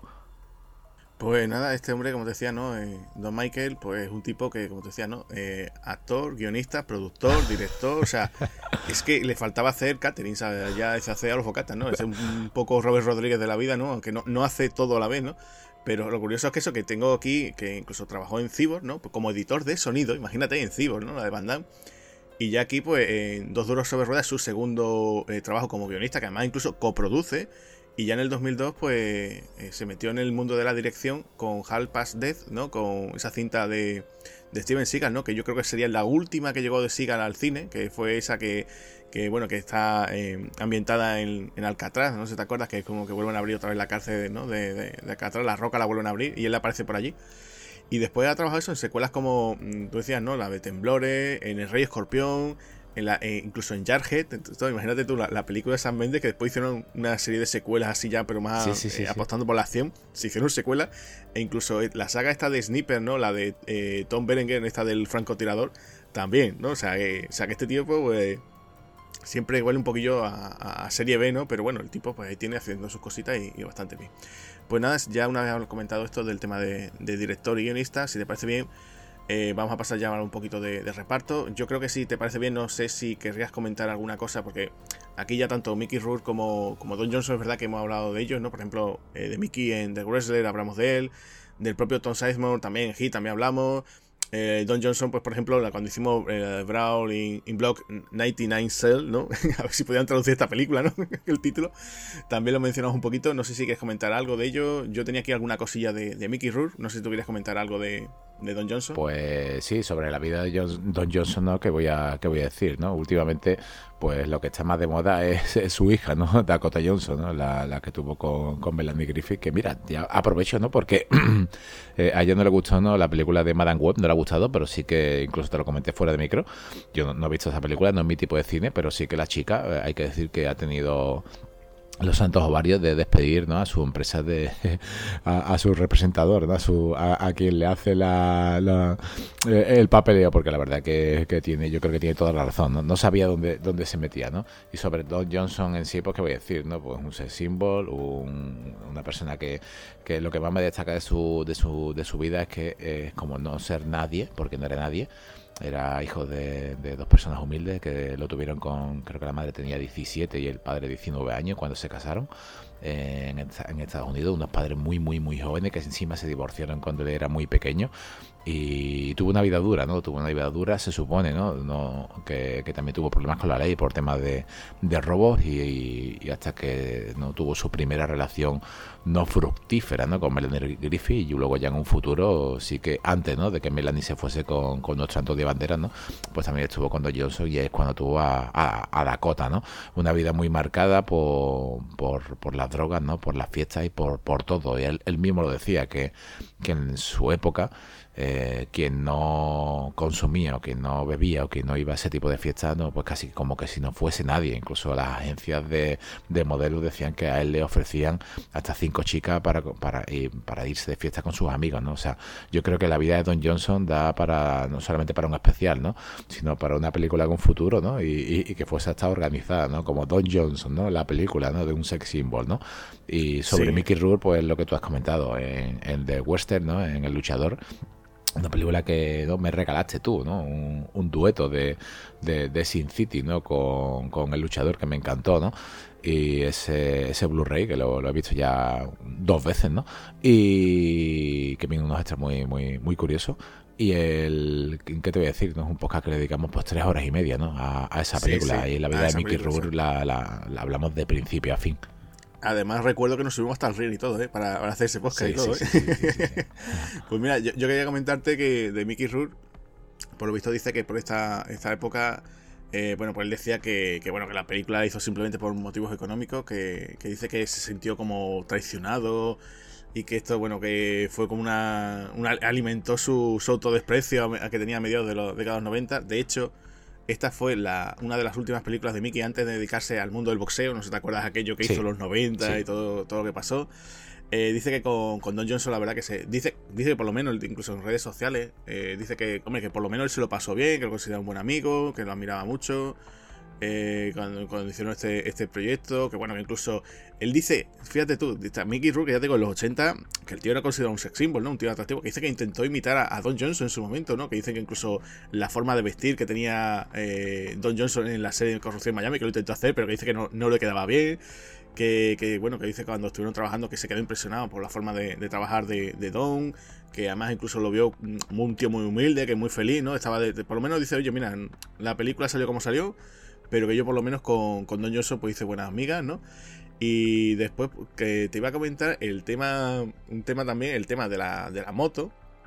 Pues nada, este hombre, como te decía, ¿no? Eh, Don Michael, pues es un tipo que, como te decía, ¿no? Eh, actor, guionista, productor, director, o sea, es que le faltaba hacer catering, ¿sabes? Ya se hace a los bocatas, ¿no? Es un, un poco Robert Rodríguez de la vida, ¿no? Aunque no, no hace todo a la vez, ¿no? Pero lo curioso es que eso, que tengo aquí, que incluso trabajó en Cyborg, ¿no? Pues como editor de sonido, imagínate, en Cyborg, ¿no? La de Van Damme. Y ya aquí, pues, en Dos Duros sobre Ruedas, su segundo eh, trabajo como guionista, que además incluso coproduce. Y ya en el dos mil dos, pues, eh, se metió en el mundo de la dirección con Half Past Death, ¿no? Con esa cinta de, de Steven Seagal, ¿no? Que yo creo que sería la última que llegó de Seagal al cine, que fue esa que, que bueno, que está eh, ambientada en, en Alcatraz, ¿no? Si te acuerdas, que es como que vuelven a abrir otra vez la cárcel, ¿no? De, de, de Alcatraz, la roca la vuelven a abrir y él aparece por allí. Y después ha trabajado eso en secuelas como, tú decías, ¿no? La de Temblores, en El Rey Escorpión, en la, eh, incluso en Jarhead. Entonces, imagínate tú, la, la película de Sam Mendes, que después hicieron una serie de secuelas así ya, pero más Sí, sí, sí, eh, sí. apostando por la acción. Se hicieron secuelas. E incluso la saga esta de Sniper, ¿no? La de eh, Tom Berenger, esta del francotirador, también, ¿no? O sea, eh, o sea que este tío, pues, siempre huele un poquillo a, a, serie B, ¿no? Pero bueno, el tipo, pues ahí tiene haciendo sus cositas y, y bastante bien. Pues nada, ya una vez comentado esto del tema de, de director y guionista, si te parece bien, eh, vamos a pasar ya a un poquito de, de reparto. Yo creo que si te parece bien, no sé si querrías comentar alguna cosa, porque aquí ya tanto Mickey Rourke como, como Don Johnson es verdad que hemos hablado de ellos, ¿no? Por ejemplo, eh, de Mickey en The Wrestler hablamos de él, del propio Tom Sizemore también en Heat también hablamos. Eh, Don Johnson, pues por ejemplo, cuando hicimos eh, Brawl in, in Block noventa y nueve Cell, ¿no? A ver si podían traducir esta película, ¿no? El título. También lo mencionamos un poquito. No sé si quieres comentar algo de ello. Yo tenía aquí alguna cosilla de, de Mickey Rourke. No sé si tú quieres comentar algo de, de Don Johnson. Pues sí, sobre la vida de Don Johnson, ¿no? Que voy a, que voy a decir, ¿no? Últimamente, pues lo que está más de moda es, es su hija, ¿no? Dakota Johnson, ¿no? La, la que tuvo con, con Melanie Griffith, que mira, ya aprovecho, ¿no? Porque eh, a ella no le gustó, ¿no? La película de Madame Web, no le ha gustado, pero sí que incluso te lo comenté fuera de micro. Yo no, no he visto esa película, no es mi tipo de cine, pero sí que la chica, eh, hay que decir que ha tenido los santos ovarios de despedir, ¿no? A su empresa, de a, a su representador, ¿no? A, su, a, a quien le hace la, la eh, el papeleo, porque la verdad que, que tiene, yo creo que tiene toda la razón, ¿no? No sabía dónde, dónde se metía, ¿no? Y sobre Don Johnson en sí, pues qué voy a decir, ¿no? Pues un sex symbol, un, una persona que, que lo que más me destaca de su, de su, de su vida es que es eh, como no ser nadie, porque no era nadie. Era hijo de, de dos personas humildes que lo tuvieron con, creo que la madre tenía diecisiete y el padre diecinueve años cuando se casaron eh, en, en Estados Unidos, unos padres muy muy muy jóvenes que encima se divorciaron cuando él era muy pequeño y tuvo una vida dura, ¿no? Tuvo una vida dura, se supone, ¿no? no que, que también tuvo problemas con la ley por temas de, de robos y, y, y hasta que no tuvo su primera relación no fructífera, ¿no? Con Melanie Griffith, y luego ya en un futuro sí que antes, ¿no? De que Melanie se fuese con, con nuestro Antonio Banderas, ¿no? Pues también estuvo con Don Johnson y es cuando tuvo a, a, a Dakota, ¿no? Una vida muy marcada por, por, por las drogas, ¿no? Por las fiestas y por, por todo. Y él, él mismo lo decía, que, que en su época eh, quien no consumía o quien no bebía o quien no iba a ese tipo de fiestas, no, pues casi como que si no fuese nadie. Incluso las agencias de, de modelos decían que a él le ofrecían hasta cinco chicas para, para, para irse de fiesta con sus amigos, ¿no? O sea, yo creo que la vida de Don Johnson da para, no solamente para un especial, ¿no? Sino para una película con futuro, ¿no? Y, y, y que fuese hasta organizada, ¿no? Como Don Johnson, ¿no? La película, ¿no? De un sex symbol, ¿no? Y sobre sí. Mickey Rourke, pues lo que tú has comentado en, en The Western, ¿no? En El Luchador. Una película que ¿no? me regalaste tú, ¿no? Un, un dueto de, de, de Sin City, ¿no? Con, con El Luchador, que me encantó, ¿no? Y ese, ese Blu-ray, que lo, lo he visto ya dos veces, ¿no? Y que viene unos extras muy, muy, muy curiosos. Y el, ¿qué te voy a decir? ¿No? Es un podcast que le dedicamos pues tres horas y media, ¿no? A, a esa película. Sí, sí. Y la vida de Mickey Rourke sí. la, la, la hablamos de principio a fin. Además recuerdo que nos subimos hasta el río y todo, ¿eh? Para, para hacer ese podcast sí, y todo, sí, ¿eh? Sí, sí, sí, sí. Pues mira, yo, yo quería comentarte que de Mickey Rourke, por lo visto dice que por esta, esta época, eh, bueno, pues él decía que, que, bueno, que la película la hizo simplemente por motivos económicos, que, que dice que se sintió como traicionado y que esto, bueno, que fue como una... una alimentó su, su autodesprecio a que tenía a mediados de los décadas noventa. De hecho, esta fue la, una de las últimas películas de Mickey antes de dedicarse al mundo del boxeo. No sé si te acuerdas aquello que sí. hizo en los noventa sí. y todo, todo lo que pasó. Eh, dice que con, con Don Johnson, la verdad que se. Dice, dice que por lo menos, incluso en redes sociales, eh, dice que, hombre, que por lo menos él se lo pasó bien, que lo consideraba un buen amigo, que lo admiraba mucho. Eh, cuando, cuando hicieron este, este proyecto, que bueno, que incluso él dice, fíjate tú, Mickey Rourke, ya te digo, en los ochenta, que el tío era considerado un sex symbol, ¿no? Un tío atractivo, que dice que intentó imitar a, a Don Johnson en su momento, ¿no? Que dice que incluso la forma de vestir que tenía eh, Don Johnson en la serie de Corrupción en Miami, que lo intentó hacer, pero que dice que no, no le quedaba bien. Que, que bueno, que dice que cuando estuvieron trabajando que se quedó impresionado por la forma de, de trabajar de, de Don, que además incluso lo vio un tío muy humilde, que muy feliz, ¿no? Estaba de, de, por lo menos dice, oye, mira, la película salió como salió, pero que yo por lo menos con, con Don Johnson pues hice buenas amigas, ¿no? Y después que te iba a comentar el tema, un tema también, el tema de la, de la moto,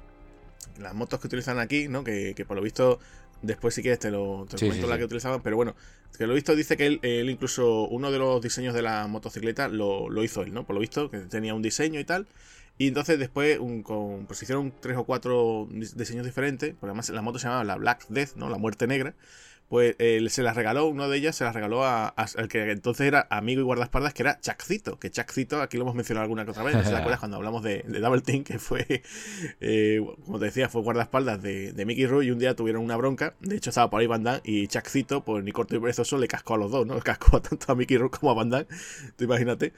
las motos que utilizan aquí, ¿no? Que, que por lo visto, después si quieres te lo te sí, cuento sí, la sí. que utilizaban, pero bueno, que lo visto dice que él, él incluso uno de los diseños de la motocicleta lo, lo hizo él, ¿no? Por lo visto, que tenía un diseño y tal. Y entonces después un, con, pues hicieron tres o cuatro diseños diferentes, porque además la moto se llamaba la Black Death, ¿no? La muerte negra. Pues él se las regaló, una de ellas se las regaló a, a, al que entonces era amigo y guardaespaldas, que era Chuckcito, que Chuckcito aquí lo hemos mencionado alguna que otra vez, no sé si te acuerdas cuando hablamos de, de Double Team, que fue, eh, como te decía, fue guardaespaldas de, de Mickey Rourke, y un día tuvieron una bronca. De hecho estaba por ahí Van Damme y Chuckcito, pues ni corto ni perezoso, le cascó a los dos, ¿no? Le cascó tanto a Mickey Rourke como a Van Damme, tú imagínate.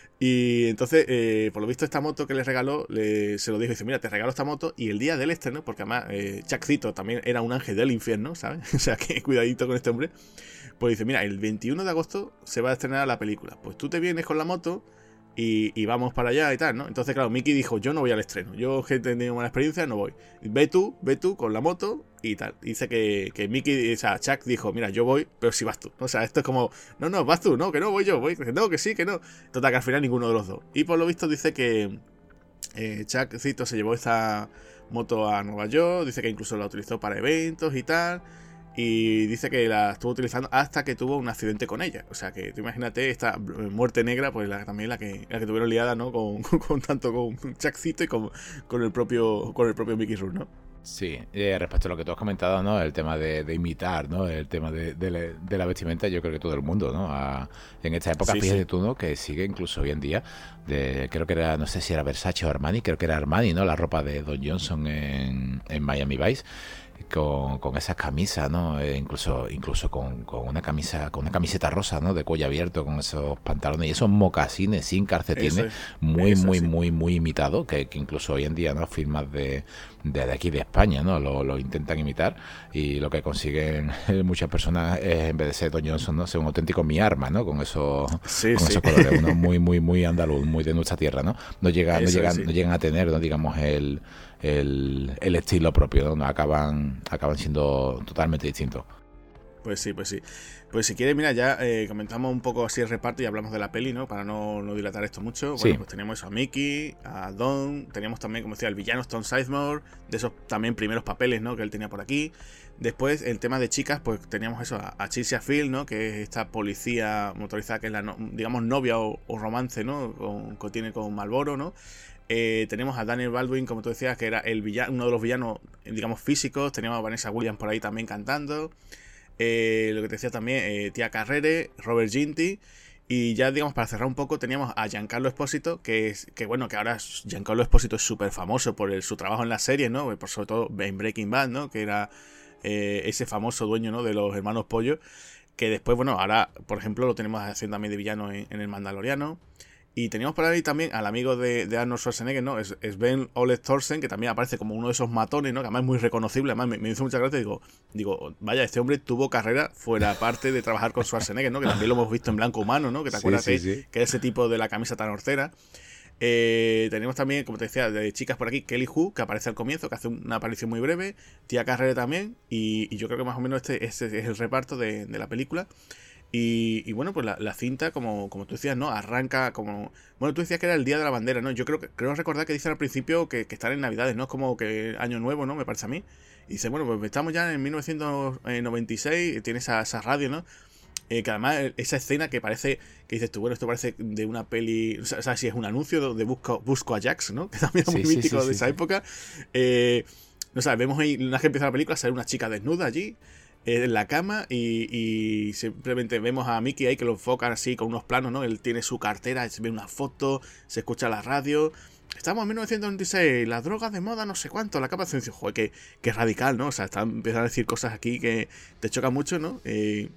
Y entonces, eh, por lo visto, esta moto que le regaló, le, se lo dijo, dice, mira, te regalo esta moto, y el día del estreno, porque además eh, Chuckcito también era un ángel del infierno, ¿sabes? O sea, que cuidadito con este hombre. Pues dice, mira, el veintiuno de agosto se va a estrenar la película, pues tú te vienes con la moto y, y vamos para allá y tal, ¿no? Entonces, claro, Mickey dijo, yo no voy al estreno, yo que he tenido una experiencia, no voy. Ve tú, ve tú con la moto y tal. Dice que, que Mickey, o sea, Chuck dijo, mira, yo voy, pero si vas tú. O sea, esto es como, no, no, vas tú, no, que no, voy yo, voy, no, que sí, que no. Total, que al final ninguno de los dos. Y por lo visto dice que eh, Chuckcito se llevó esta moto a Nueva York, dice que incluso la utilizó para eventos y tal. Y dice que la estuvo utilizando hasta que tuvo un accidente con ella. O sea que tú imagínate esta muerte negra, pues la, también la que, la que tuvieron liada, ¿no? Con, con, con tanto con Chuckcito y con, con el propio con el propio Mickey Rourke, ¿no? Sí, eh, respecto a lo que tú has comentado, ¿no? El tema de, de imitar, ¿no? El tema de, de, la, de la vestimenta, yo creo que todo el mundo, ¿no? A, en esta época, sí, fíjate sí. tú, ¿no? Que sigue incluso hoy en día, de, creo que era, no sé si era Versace o Armani, creo que era Armani, ¿no? La ropa de Don Johnson en, en Miami Vice. Con, con esas camisas, ¿no? Eh, incluso incluso con, con una camisa, con una camiseta rosa, ¿no? De cuello abierto, con esos pantalones y esos mocasines sin calcetines, eso, muy, eso, muy, sí. muy, muy imitado, que, que incluso hoy en día, ¿no? Firmas de, de, de aquí de España, ¿no? Lo, lo intentan imitar y lo que consiguen muchas personas es, en vez de ser Don Johnson, ¿no? Ser un auténtico mi arma, ¿no? Con esos, sí, con sí. esos colores, ¿no? Muy, muy, muy andaluz, muy de nuestra tierra, ¿no? No llegan, no llegan, sí. no llegan a tener, ¿no? Digamos, el El, el estilo propio, ¿no? Acaban, acaban siendo totalmente distintos. Pues sí, pues sí. Pues si quieres, mira, ya eh, comentamos un poco así el reparto y hablamos de la peli, ¿no? Para no, no dilatar esto mucho. Sí. Bueno, pues teníamos eso a Mickey, a Don, teníamos también, como decía, el villano Stone Sizemore, de esos también primeros papeles, ¿no? Que él tenía por aquí. Después, el tema de chicas, pues teníamos eso, a, a Tricia Field, ¿no? Que es esta policía motorizada que es la, no, digamos, novia o, o romance, ¿no? Con, que tiene con Marlboro, ¿no? Eh, tenemos a Daniel Baldwin, como tú decías, que era el villano, uno de los villanos, digamos, físicos. Teníamos a Vanessa Williams por ahí también cantando. Eh, lo que te decía también, eh, Tia Carrere, Robert Ginty. Y ya, digamos, para cerrar un poco, teníamos a Giancarlo Esposito, que es que bueno, que ahora Giancarlo Esposito es súper famoso por el, su trabajo en la serie, ¿no? Por sobre todo en Breaking Bad, ¿no? Que era eh, ese famoso dueño, ¿no? De los hermanos Pollo. Que después, bueno, ahora, por ejemplo, lo tenemos haciendo también de villano en, en El Mandaloriano. Y teníamos por ahí también al amigo de, de Arnold Schwarzenegger, ¿no? Es Sven Ole Thorsen, que también aparece como uno de esos matones, ¿no? Que además es muy reconocible. Además me, me hizo mucha gracia. Digo, digo, vaya, este hombre tuvo carrera fuera parte de trabajar con Schwarzenegger, ¿no? Que también lo hemos visto en Blanco Humano, ¿no? Que te acuerdas sí, sí, sí. que es ese tipo de la camisa tan hortera. Eh, tenemos también, como te decía, de chicas por aquí, Kelly Hu, que aparece al comienzo, que hace una aparición muy breve. Tia Carrere también. Y, y yo creo que más o menos este, este es el reparto de, de la película. Y, y bueno, pues la, la cinta, como, como tú decías, ¿no? Arranca como... Bueno, tú decías que era el Día de la Bandera, ¿no? Yo creo que creo recordar que dicen al principio que, que están en Navidades, ¿no? Es como que Año Nuevo, ¿no? Me parece a mí. Y dice, bueno, pues estamos ya en mil novecientos noventa y seis, tiene esa, esa radio, ¿no? Eh, que además esa escena que parece, que dices tú, bueno, esto parece de una peli, o sea, o sea si es un anuncio de Busco, Busco a Jax, ¿no? Que también es muy sí, mítico sí, sí, de sí, esa sí. época. Eh, no sé, vemos ahí, una vez que empieza la película, sale una chica desnuda allí, en la cama y, y simplemente vemos a Mickey ahí que lo enfocan así con unos planos, ¿no? Él tiene su cartera, se ve una foto, se escucha la radio. Estamos en mil novecientos noventa y seis, las drogas de moda, no sé cuánto, la capa de ciencia. Joder, que, que radical, ¿no? O sea, están empezando a decir cosas aquí que te chocan mucho, ¿no? Eh,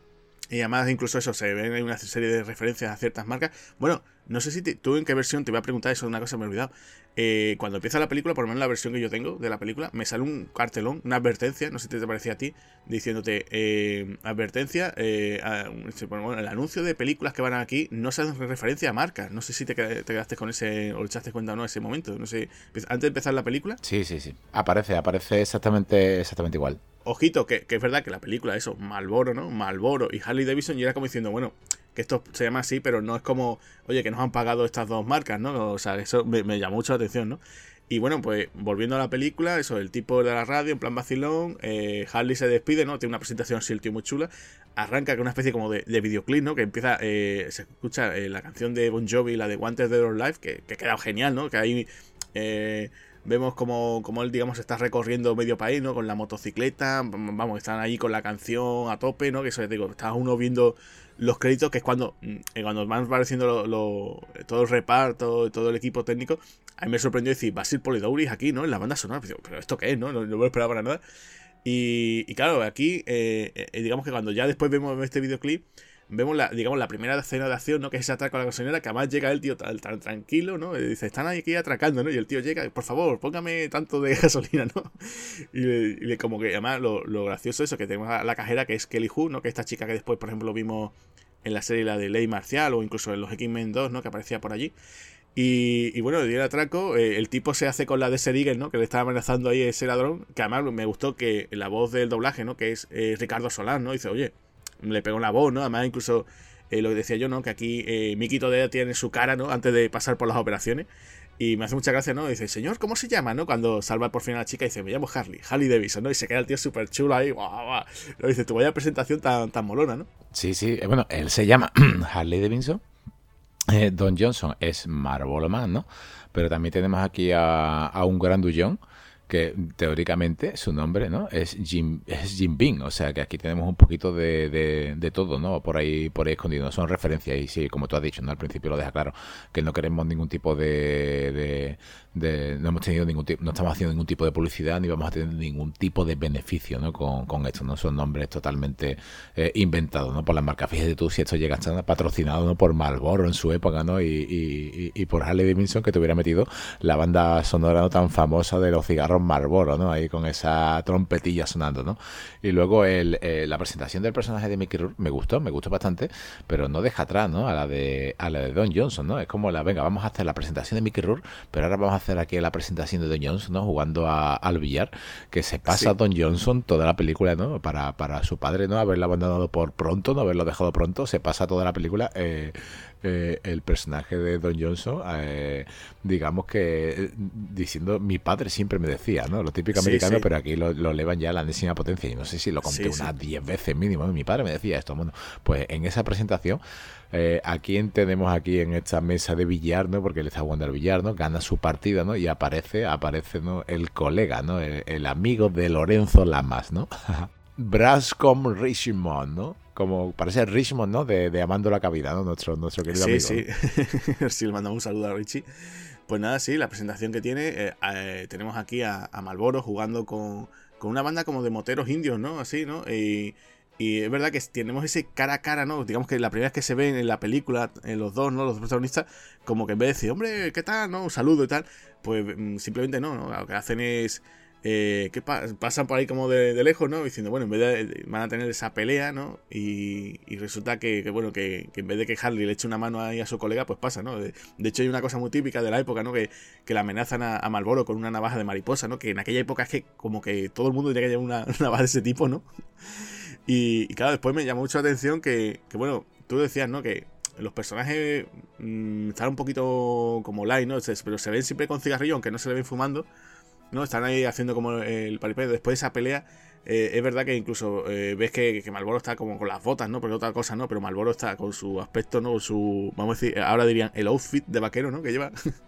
y además incluso eso, se ven una serie de referencias a ciertas marcas. Bueno, no sé si te, tú en qué versión, te voy a preguntar eso, una cosa me he olvidado. Eh, cuando empieza la película, por lo menos la versión que yo tengo de la película, me sale un cartelón, una advertencia, no sé si te parecía a ti, diciéndote, eh, advertencia, eh, a, bueno, el anuncio de películas que van aquí no se hacen referencia a marcas. No sé si te, te quedaste con ese, o le echaste cuenta o no ese momento, no sé, antes de empezar la película. Sí, sí, sí, aparece, aparece exactamente, exactamente igual. Ojito, que, que es verdad que la película, eso, Marlboro, ¿no? Marlboro y Harley Davidson, y era como diciendo, bueno, que esto se llama así, pero no es como, oye, que nos han pagado estas dos marcas, ¿no? O sea, eso me, me llamó mucho la atención, ¿no? Y bueno, pues volviendo a la película, eso, el tipo de la radio, en plan vacilón, eh, Harley se despide, ¿no? Tiene una presentación así, el tío muy chula. Arranca con una especie como de, de videoclip, ¿no? Que empieza, eh, se escucha eh, la canción de Bon Jovi, la de Wanted Dead or Alive, que, que queda genial, ¿no? Que ahí eh, vemos como, como él, digamos, está recorriendo medio país, ¿no? Con la motocicleta, vamos, están ahí con la canción a tope, ¿no? Que eso, digo, está uno viendo los créditos, que es cuando, eh, cuando van apareciendo lo, lo, todo el reparto, todo el equipo técnico. A mí me sorprendió decir, Basil Polidouris aquí, ¿no? En la banda sonora. Pero ¿esto qué es, no? No, no me lo esperaba para nada. Y, y claro, aquí, eh, eh, digamos que cuando ya después vemos este videoclip, vemos la, digamos, la primera escena de acción, ¿no? Que es ese atraco a la gasolinera, que además llega el tío tan, tan tranquilo, ¿no? Y dice, están aquí atracando, ¿no? Y el tío llega, por favor, póngame tanto de gasolina, ¿no? Y, le, y le, como que, además, lo, lo gracioso es eso, que tenemos a la cajera, que es Kelly Hu, ¿no? Que esta chica que después, por ejemplo, vimos en la serie la de Ley Marcial, o incluso en los X-Men dos, ¿no? Que aparecía por allí. Y, y bueno, le dio el atraco, eh, el tipo se hace con la de Desert Eagle, ¿no? Que le estaba amenazando ahí ese ladrón, que además me gustó que la voz del doblaje, ¿no? Que es eh, Ricardo Solán, ¿no? Dice, oye, le pegó la voz, ¿no? Además incluso eh, lo que decía yo, ¿no? Que aquí eh, Mickey todavía tiene su cara, ¿no? Antes de pasar por las operaciones. Y me hace mucha gracia, ¿no? Dice, señor, ¿cómo se llama, no? Cuando salva por fin a la chica, dice, me llamo Harley, Harley Davidson, ¿no? Y se queda el tío súper chulo ahí, guau, guau. Lo dice, tu vaya presentación tan, tan molona, ¿no? Sí, sí, bueno, él se llama Harley Davidson. Eh, Don Johnson es Marlboro Man, ¿no? Pero también tenemos aquí a, a un grandullón que teóricamente su nombre, ¿no? Es Jim, es Jim Beam, o sea que aquí tenemos un poquito de, de, de todo, ¿no? Por ahí, por ahí escondido, son referencias y sí, como tú has dicho, ¿no? Al principio lo deja claro, que no queremos ningún tipo de, de, de no hemos tenido ningún tipo, no estamos haciendo ningún tipo de publicidad ni vamos a tener ningún tipo de beneficio, ¿no? Con, con esto, ¿no? Son nombres totalmente eh, inventados, ¿no? Por las marcas. Fíjate tú si esto llega a estar patrocinado, ¿no? Por Marlboro en su época, ¿no? Y, y, y por Harley Davidson, que te hubiera metido la banda sonora, ¿no? Tan famosa de los cigarros cigarros Marlboro, ¿no? Ahí con esa trompetilla sonando, ¿no? Y luego el, eh, la presentación del personaje de Mickey Rourke me gustó, me gustó bastante, pero no deja atrás, ¿no? A la de a la de Don Johnson, ¿no? Es como la, venga, vamos a hacer la presentación de Mickey Rourke, pero ahora vamos a hacer aquí la presentación de Don Johnson, ¿no? Jugando a, al billar, que se pasa sí. Don Johnson toda la película, ¿no? Para, para su padre, ¿no? Haberlo abandonado por pronto, no haberlo dejado pronto, se pasa toda la película eh, eh, el personaje de Don Johnson, eh, digamos que eh, diciendo, mi padre siempre me decía, ¿no? Lo típico sí, americano, sí. pero aquí lo, lo elevan ya a la enésima potencia, y no sé si lo conté sí, unas diez sí. veces mínimo, mi padre me decía esto, bueno, pues en esa presentación, eh, ¿a quién tenemos aquí en esta mesa de billar, ¿no? Porque él está jugando al billar, ¿no? Gana su partida, ¿no? Y aparece, aparece, ¿no? El colega, ¿no? El, el amigo de Lorenzo Lamas, ¿no? Branscombe Richmond, ¿no? Como parece Richmond, ¿no? De, de Amando la Cavidad, ¿no? Nuestro, nuestro querido sí, amigo. Sí, sí. ¿no? Sí, le mandamos un saludo a Richie. Pues nada, sí, la presentación que tiene, eh, eh, tenemos aquí a, a Marlboro jugando con, con una banda como de moteros indios, ¿no? Así, ¿no? Y, y es verdad que tenemos ese cara a cara, ¿no? Digamos que la primera vez que se ven en la película, en los dos, ¿no? Los protagonistas, como que en vez de decir, hombre, ¿qué tal? ¿No? Un saludo y tal, pues simplemente no, ¿no? Lo que hacen es... Eh, que pa pasan por ahí como de, de lejos, ¿no? Diciendo, bueno, en vez de van a tener esa pelea, ¿no? Y, y resulta que, que bueno, que, que en vez de que Harley le eche una mano ahí a su colega, pues pasa, ¿no? De, de hecho hay una cosa muy típica de la época, ¿no? Que, que le amenazan a, a Marlboro con una navaja de mariposa, ¿no? Que en aquella época es que como que todo el mundo tenía que llevar una, una navaja de ese tipo, ¿no? Y, y claro, después me llamó mucho la atención que, que bueno, tú decías, ¿no? Que los personajes mmm, están un poquito como light, ¿no? Pero se ven siempre con cigarrillo, aunque no se le ven fumando, ¿no? Están ahí haciendo como el paripé. Después de esa pelea, eh, es verdad que incluso eh, ves que, que Marlboro está como con las botas, ¿no? Porque otra cosa, ¿no? Pero Marlboro está con su aspecto, ¿no? Con su, vamos a decir, ahora dirían el outfit de vaquero, ¿no? Que lleva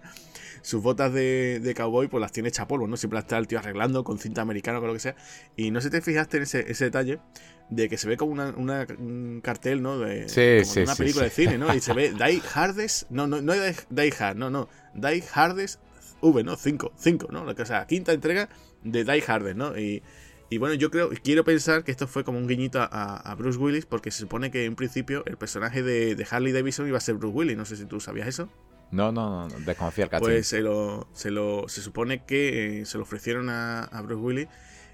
sus botas de, de cowboy, pues las tiene hecha polvo, ¿no? Siempre las está el tío arreglando con cinta americana o con lo que sea. Y no sé si te fijaste en ese, ese detalle de que se ve como una, una, un cartel, ¿no? De, sí, como sí, de una sí, película sí. de cine, ¿no? Y se ve Die Hardest, no, no, no es Die Hard, no, no, Die Hardest V, ¿no? cinco, cinco, ¿no? O sea, quinta entrega de Die Hardest, ¿no? Y, y bueno, yo creo, quiero pensar que esto fue como un guiñito a, a Bruce Willis, porque se supone que en principio el personaje de, de Harley Davidson iba a ser Bruce Willis, no sé si tú sabías eso. No, no, no, desconfía el cachín. Pues se lo, se lo, se supone que eh, se lo ofrecieron a, a Bruce Willis.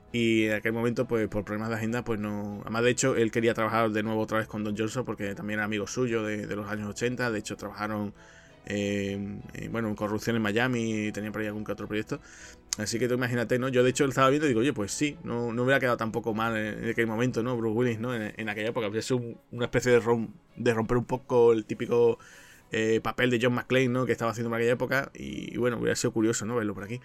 Y en aquel momento, pues por problemas de agenda, pues no... Además, de hecho, él quería trabajar de nuevo otra vez con Don Johnson porque también era amigo suyo de, de los años ochenta. De hecho, trabajaron, eh, eh, bueno, en Corrupción en Miami y tenían por ahí algún que otro proyecto. Así que tú imagínate, ¿no? Yo, de hecho, él estaba viendo y digo, oye, pues sí, no, no hubiera quedado tampoco mal en, en aquel momento, ¿no? Bruce Willis, ¿no? En, en aquella época. Pues es un, una especie de, rom, de romper un poco el típico eh, papel de John McClane, ¿no? Que estaba haciendo en aquella época. Y, y bueno, hubiera sido curioso, ¿no? Verlo por aquí.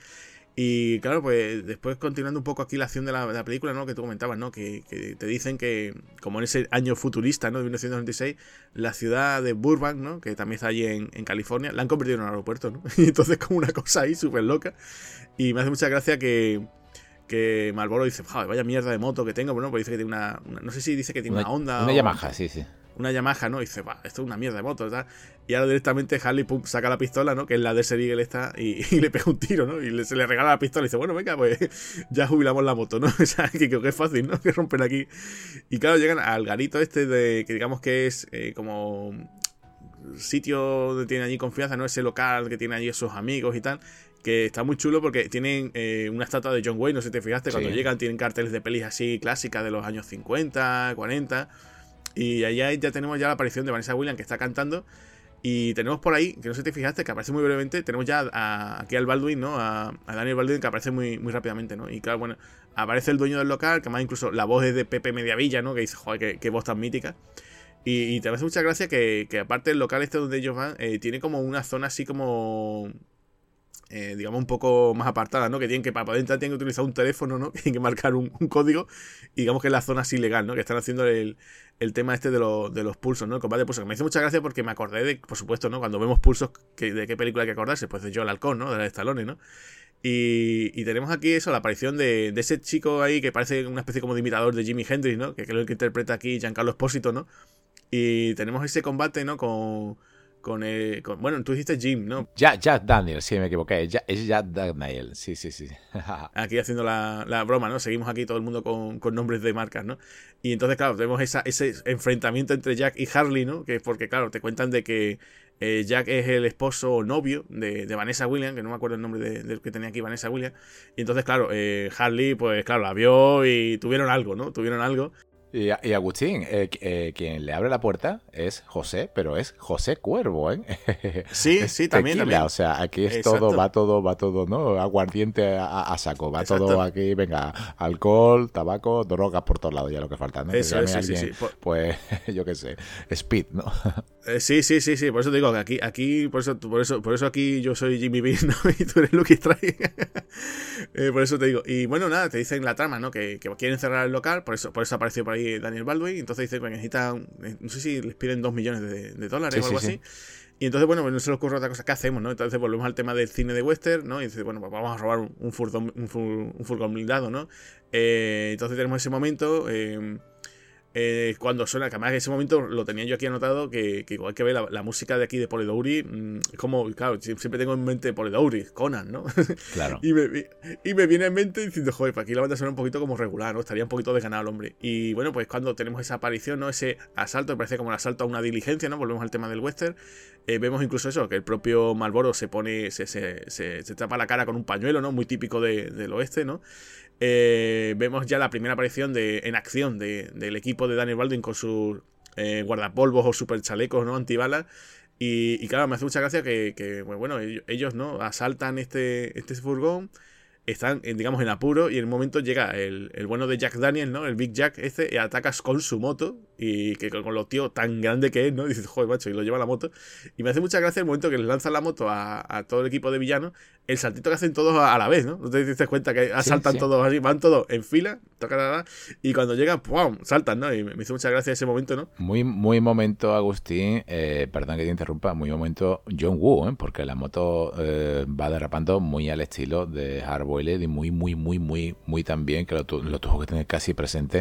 Y claro, pues después continuando un poco aquí la acción de la, de la película, ¿no? Que tú comentabas, ¿no? Que, que te dicen que, como en ese año futurista, ¿no? De mil novecientos noventa y seis, la ciudad de Burbank, ¿no? Que también está allí en, en California, la han convertido en un aeropuerto, ¿no? Y entonces como una cosa ahí súper loca. Y me hace mucha gracia que, que Marlboro dice, vaya mierda de moto que tengo. Bueno, pues dice que tiene una, una no sé si dice que tiene una, una Honda Una o, Yamaha, sí, sí. Una Yamaha, ¿no? Y dice, va, esto es una mierda de moto, ¿verdad? Y ahora directamente Harley, pum, saca la pistola, ¿no? Que es la de Desert Eagle esta, y, y le pega un tiro, ¿no? Y le, se le regala la pistola y dice, bueno, venga, pues ya jubilamos la moto, ¿no? O sea, que creo que es fácil, ¿no? Que rompen aquí. Y claro, llegan al garito este de, que digamos que es eh, como sitio donde tienen allí confianza, ¿no? Ese local que tiene allí esos amigos y tal. Que está muy chulo porque tienen eh, una estatua de John Wayne, no sé si te fijaste, cuando sí. llegan tienen carteles de pelis así clásicas de los años cincuenta, cuarenta. Y allá ya tenemos ya la aparición de Vanessa Williams, que está cantando. Y tenemos por ahí, que no sé si te fijaste, que aparece muy brevemente. Tenemos ya a, aquí al Baldwin, ¿no? A, a Daniel Baldwin, que aparece muy, muy rápidamente, ¿no? Y claro, bueno, aparece el dueño del local, que además incluso la voz es de Pepe Mediavilla, ¿no? Que dice, joder, qué, qué voz tan mítica. Y, y te hace mucha gracia que, que aparte del local este donde ellos van, eh, tiene como una zona así como... Eh, digamos un poco más apartada, ¿no? Que tienen que para poder entrar tienen que utilizar un teléfono, ¿no? Que tienen que marcar un, un código y digamos que es la zona así legal, ¿no? Que están haciendo el, el tema este de, lo, de los pulsos, ¿no? El combate de pulsos. Que me hizo mucha gracia porque me acordé de, por supuesto, ¿no? Cuando vemos pulsos, que, ¿de qué película hay que acordarse? Pues de Joe el Halcón, ¿no? De la de Stallone, ¿no? Y, y tenemos aquí eso, la aparición de, de ese chico ahí que parece una especie como de imitador de Jimi Hendrix, ¿no? Que es lo que interpreta aquí Giancarlo Espósito, ¿no? Y tenemos ese combate, ¿no? Con... Con, el, con, bueno, tú dijiste Jim, ¿no? Jack, Jack Daniel, sí, me equivoqué. Jack, es Jack Daniel, sí, sí, sí. Aquí haciendo la, la broma, ¿no? Seguimos aquí todo el mundo con, con nombres de marcas, ¿no? Y entonces, claro, tenemos esa, ese enfrentamiento entre Jack y Harley, ¿no? Que es porque, claro, te cuentan de que Eh, Jack es el esposo o novio de, de Vanessa Williams, que no me acuerdo el nombre de, del que tenía aquí, Vanessa Williams. Y entonces, claro, eh, Harley, pues claro, la vio y tuvieron algo, ¿no? Tuvieron algo. Y, y Agustín, eh, eh, quien le abre la puerta es José, pero es José Cuervo, ¿eh? Sí, es sí, también, tequila, también. O sea, aquí es Exacto. todo, va todo, va todo, ¿no? Aguardiente a, a saco, va Exacto. todo aquí, venga, alcohol, tabaco, drogas por todos lados, ya lo que falta, ¿no? Eso que es, sí, alguien, sí, sí. Por... Pues, yo qué sé, speed, ¿no? Eh, sí, sí, sí, sí, por eso te digo que aquí, aquí, por eso, por eso, por eso aquí yo soy Jimmy Bean, ¿no? Y tú eres Lucky Strike. eh, por eso te digo. Y bueno, nada, te dicen la trama, ¿no? Que, que quieren cerrar el local, por eso, por eso apareció por ahí Daniel Baldwin. Entonces dicen que necesitan, no sé si les piden dos millones de, de dólares Sí, o algo sí, así. sí. Y entonces, bueno, pues no se les ocurre otra cosa. ¿Qué hacemos, no? Entonces volvemos al tema del cine de western, ¿no? Y dice, bueno, pues vamos a robar un, un, furgón, un, fur, un furgón blindado, ¿no? Eh, entonces tenemos ese momento. Eh, Eh, cuando suena, que además en ese momento lo tenía yo aquí anotado, que, que igual que ve la, la música de aquí de Polidori, mmm, es como, claro, siempre tengo en mente Polidori, Conan, ¿no? Claro. y, me, y me viene en mente diciendo, joder, pues aquí la banda suena un poquito como regular, ¿no? Estaría un poquito desganado el hombre. Y bueno, pues cuando tenemos esa aparición, ¿no? Ese asalto, me parece como el asalto a una diligencia, ¿no? Volvemos al tema del western. Eh, vemos incluso eso, que el propio Marlboro se pone, se, se, se, se tapa la cara con un pañuelo, ¿no? Muy típico de, del oeste, ¿no? Eh, vemos ya la primera aparición de, en acción de, del equipo de Daniel Baldwin con sus eh, guardapolvos o super chalecos, ¿no? Antibalas. Y, y claro, me hace mucha gracia que, que bueno, ellos, ellos, ¿no? Asaltan este, este furgón, están, digamos, en apuro, y en un momento llega el, el bueno de Jack Daniel, ¿no? El Big Jack este, y atacas con su moto, y que con los tíos tan grande que es, ¿no? Y dices, joder, macho, y lo lleva la moto. Y me hace mucha gracia el momento que les lanzan la moto a, a todo el equipo de villanos, el saltito que hacen todos a, a la vez, ¿no? No te diste cuenta que asaltan sí, sí. todos así, van todos en fila, tocan, y cuando llegan, ¡pum!, saltan, ¿no? Y me hizo mucha gracia ese momento, ¿no? Muy, muy momento, Agustín, eh, perdón que te interrumpa, muy momento John Woo, ¿eh? Porque la moto eh, va derrapando muy al estilo de Hardboiled y muy, muy, muy, muy, muy también, que lo, lo tuvo que tener casi presente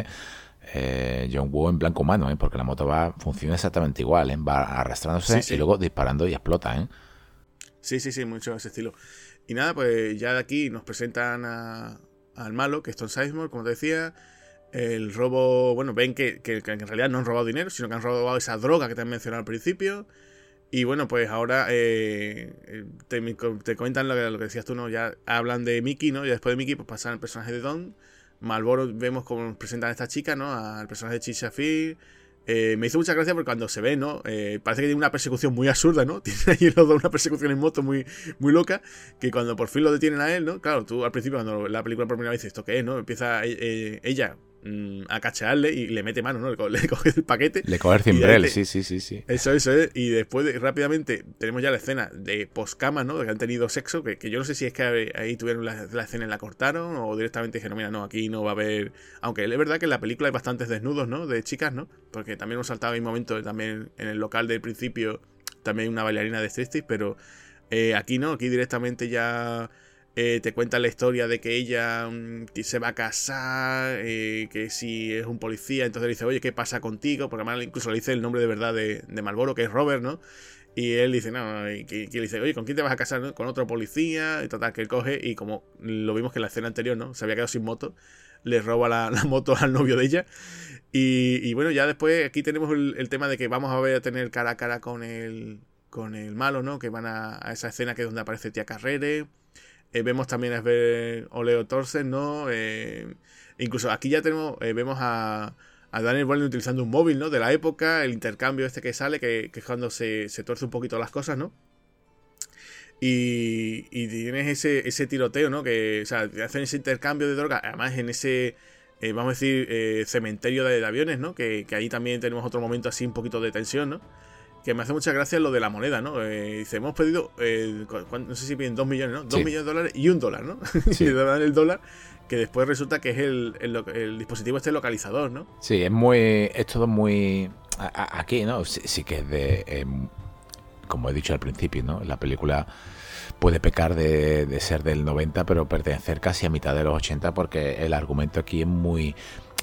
eh, John Woo en blanco humano, ¿eh? Porque la moto va funciona exactamente igual, ¿eh? Va arrastrándose sí, sí. y luego disparando y explota, ¿eh? Sí, sí, sí, mucho ese estilo. Y nada, pues ya de aquí nos presentan a, al malo, que es Tom Sizemore, como te decía. El robo, bueno, ven que, que, que en realidad no han robado dinero, sino que han robado esa droga que te han mencionado al principio. Y bueno, pues ahora eh, te, te comentan lo que, lo que decías tú, ¿no? Ya hablan de Mickey, ¿no? Y después de Mickey, pues pasan al personaje de Don. Marlboro, vemos cómo nos presentan a esta chica, ¿no? Al personaje de Chick Shafir. Eh, me hizo mucha gracia porque cuando se ve, ¿no? Eh, parece que tiene una persecución muy absurda, ¿no? Tiene ahí los dos una persecución en moto muy, muy loca, que cuando por fin lo detienen a él, ¿no? Claro, tú al principio cuando la película por primera vez dices, ¿esto qué es, no? Empieza eh, ella mmm, a cachearle y le mete mano, ¿no? Le, le coge el paquete. Le coge el cimbrel, te... sí, sí, sí, sí. Eso, eso es. Y después de, rápidamente tenemos ya la escena de poscama, ¿no? De que han tenido sexo, que, que yo no sé si es que ahí tuvieron la, la escena y la cortaron o directamente dijeron, mira, no, aquí no va a haber... Aunque es verdad que en la película hay bastantes desnudos, ¿no? De chicas, ¿no? Porque también hemos saltado en un momento también en el local del principio, también una bailarina de striptease, pero eh, aquí no, aquí directamente ya... Eh, te cuenta la historia de que ella mmm, se va a casar, eh, que si es un policía, entonces le dice, oye, ¿qué pasa contigo? Porque además incluso le dice el nombre de verdad de, de Marlboro, que es Robert, ¿no? Y él dice, no, y que, que le dice, oye, ¿con quién te vas a casar? ¿No? Con otro policía, y total, que él coge, y como lo vimos que en la escena anterior, ¿no? Se había quedado sin moto, le roba la, la moto al novio de ella. Y, y bueno, ya después aquí tenemos el, el tema de que vamos a ver a tener cara a cara con el, con el malo, ¿no? Que van a, a esa escena que es donde aparece Tía Carrere. Eh, vemos también a ver Oleo Thorsen, ¿no? Eh, incluso aquí ya tenemos, eh, vemos a, a Daniel Baldwin utilizando un móvil, ¿no? De la época, el intercambio este que sale, que, que es cuando se, se tuerce un poquito las cosas, ¿no? Y, y tienes ese, ese tiroteo, ¿no? Que, o sea, hacen ese intercambio de droga, además en ese, eh, vamos a decir, eh, cementerio de, de aviones, ¿no? Que, que ahí también tenemos otro momento así un poquito de tensión, ¿no? Que me hace mucha gracia lo de la moneda, ¿no? Eh, dice, hemos pedido, eh, no sé si piden dos millones, ¿no? Dos sí. millones de dólares y un dólar, ¿no? Sí. Y le dan el dólar, que después resulta que es el, el, el dispositivo este localizador, ¿no? Sí, es muy, es todo muy, a, a, aquí, ¿no? Sí, sí que es de, eh, como he dicho al principio, ¿no? La película puede pecar de, de ser del noventa, pero pertenecer casi a mitad de los ochenta, porque el argumento aquí es muy...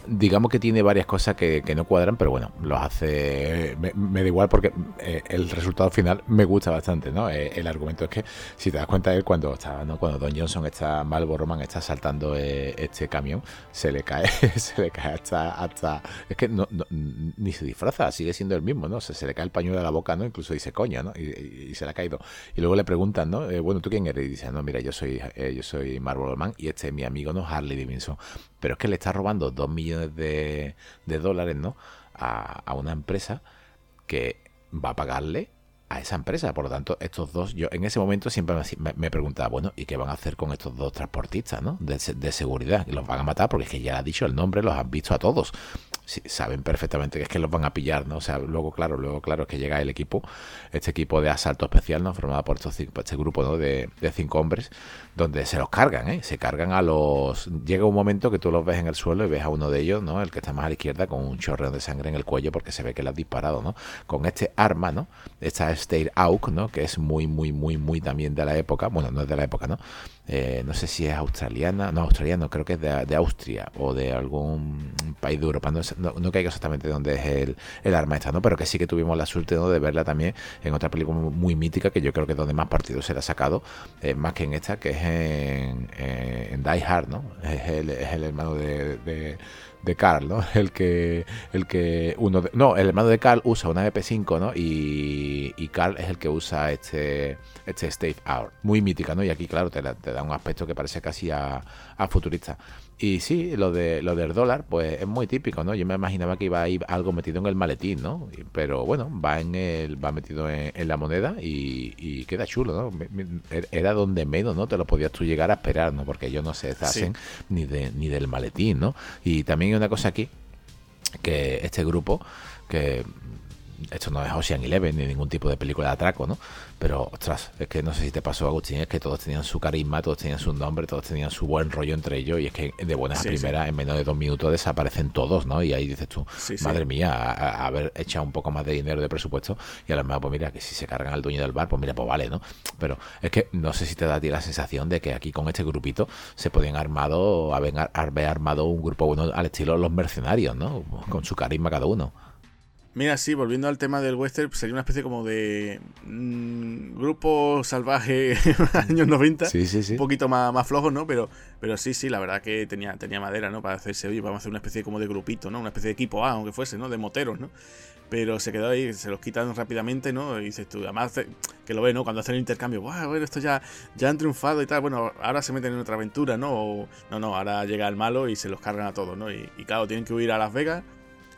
digamos que tiene varias cosas que, que no cuadran, pero bueno, los hace... Me, me da igual porque eh, el resultado final me gusta bastante, ¿no? Eh, el argumento es que, si te das cuenta, él cuando está, ¿no? Cuando Don Johnson está, Marlboro Man está saltando eh, este camión, se le cae, se le cae hasta... hasta es que no, no, ni se disfraza, sigue siendo el mismo, ¿no? O sea, se le cae el pañuelo de la boca, ¿no? Incluso dice, coño, ¿no? Y, y, y se le ha caído. Y luego le preguntan, ¿no? Eh, bueno, ¿tú quién eres? Y dice, no, mira, yo soy, eh, yo soy Marlboro Man y este es mi amigo, ¿no? Harley Davidson. Pero es que le está robando dos millones de, de dólares, ¿no? A, a una empresa que va a pagarle a esa empresa. Por lo tanto, estos dos, yo en ese momento siempre me, me preguntaba, bueno, ¿y qué van a hacer con estos dos transportistas, ¿no? De, de seguridad. ¿Los van a matar? Porque es que ya ha dicho el nombre, los han visto a todos. Sí, saben perfectamente que es que los van a pillar, ¿no? O sea, luego, claro, luego, claro, es que llega el equipo, este equipo de asalto especial, ¿no? Formado por estos, este grupo, ¿no? De, de cinco hombres, donde se los cargan, ¿eh? Se cargan a los... Llega un momento que tú los ves en el suelo y ves a uno de ellos, ¿no? El que está más a la izquierda, con un chorreo de sangre en el cuello porque se ve que le han disparado, ¿no? Con este arma, ¿no? Esta State Auk, ¿no? Que es muy, muy, muy, muy también de la época. Bueno, no es de la época, ¿no? Eh, no sé si es australiana, no, australiano, creo que es de, de Austria o de algún país de Europa, no, no, no caigo exactamente dónde es el, el arma esta, ¿no? Pero que sí que tuvimos la suerte, ¿no? De verla también en otra película muy mítica, que yo creo que es donde más partido se le ha sacado, eh, más que en esta, que es en, en, en Die Hard, ¿no? Es el, es el hermano de, de de Carl, ¿no? El que el que uno de, no, el hermano de Carl usa una E P cinco, ¿no? Y, y Carl es el que usa este este State Out, muy mítica, ¿no? Y aquí, claro, te, te da un aspecto que parece casi a, a futurista. Y sí, lo de lo del dólar, pues es muy típico, ¿no? Yo me imaginaba que iba a ir algo metido en el maletín, ¿no? Pero bueno, va en el va metido en, en la moneda y, y queda chulo, ¿no? Era donde menos, ¿no? Te lo podías tú llegar a esperar, ¿no? Porque ellos no se deshacen sí. ni de ni del maletín, ¿no? Y también hay una cosa aquí, que este grupo, que esto no es Ocean Eleven ni ningún tipo de película de atraco, ¿no? Pero, ostras, es que no sé si te pasó, Agustín, es que todos tenían su carisma, todos tenían su nombre, todos tenían su buen rollo entre ellos, y es que de buenas sí, a primeras, sí. en menos de dos minutos desaparecen todos, ¿no? Y ahí dices tú, sí, madre sí. mía, a, a haber echado un poco más de dinero de presupuesto, y a lo mejor, pues mira, que si se cargan al dueño del bar, pues mira, pues vale, ¿no? Pero es que no sé si te da a ti la sensación de que aquí con este grupito se podían armado, haber, haber armado un grupo bueno al estilo Los Mercenarios, ¿no? Con su carisma cada uno. Mira, sí, volviendo al tema del western, sería una especie como de mmm, grupo salvaje años noventa, sí, sí, sí. un poquito más, más flojo, ¿no? Pero pero sí, sí, la verdad que tenía tenía madera, ¿no? Para hacerse, oye, vamos a hacer una especie como de grupito, ¿no? Una especie de equipo A, aunque fuese, ¿no? De moteros, ¿no? Pero se quedó ahí, se los quitan rápidamente, ¿no? Y dices tú, además que lo ves, ¿no? Cuando hacen el intercambio, ¡guau! Bueno, esto ya, ya han triunfado y tal, bueno, ahora se meten en otra aventura, ¿no? O, no, no, ahora llega el malo y se los cargan a todos, ¿no? Y, y claro, tienen que huir a Las Vegas.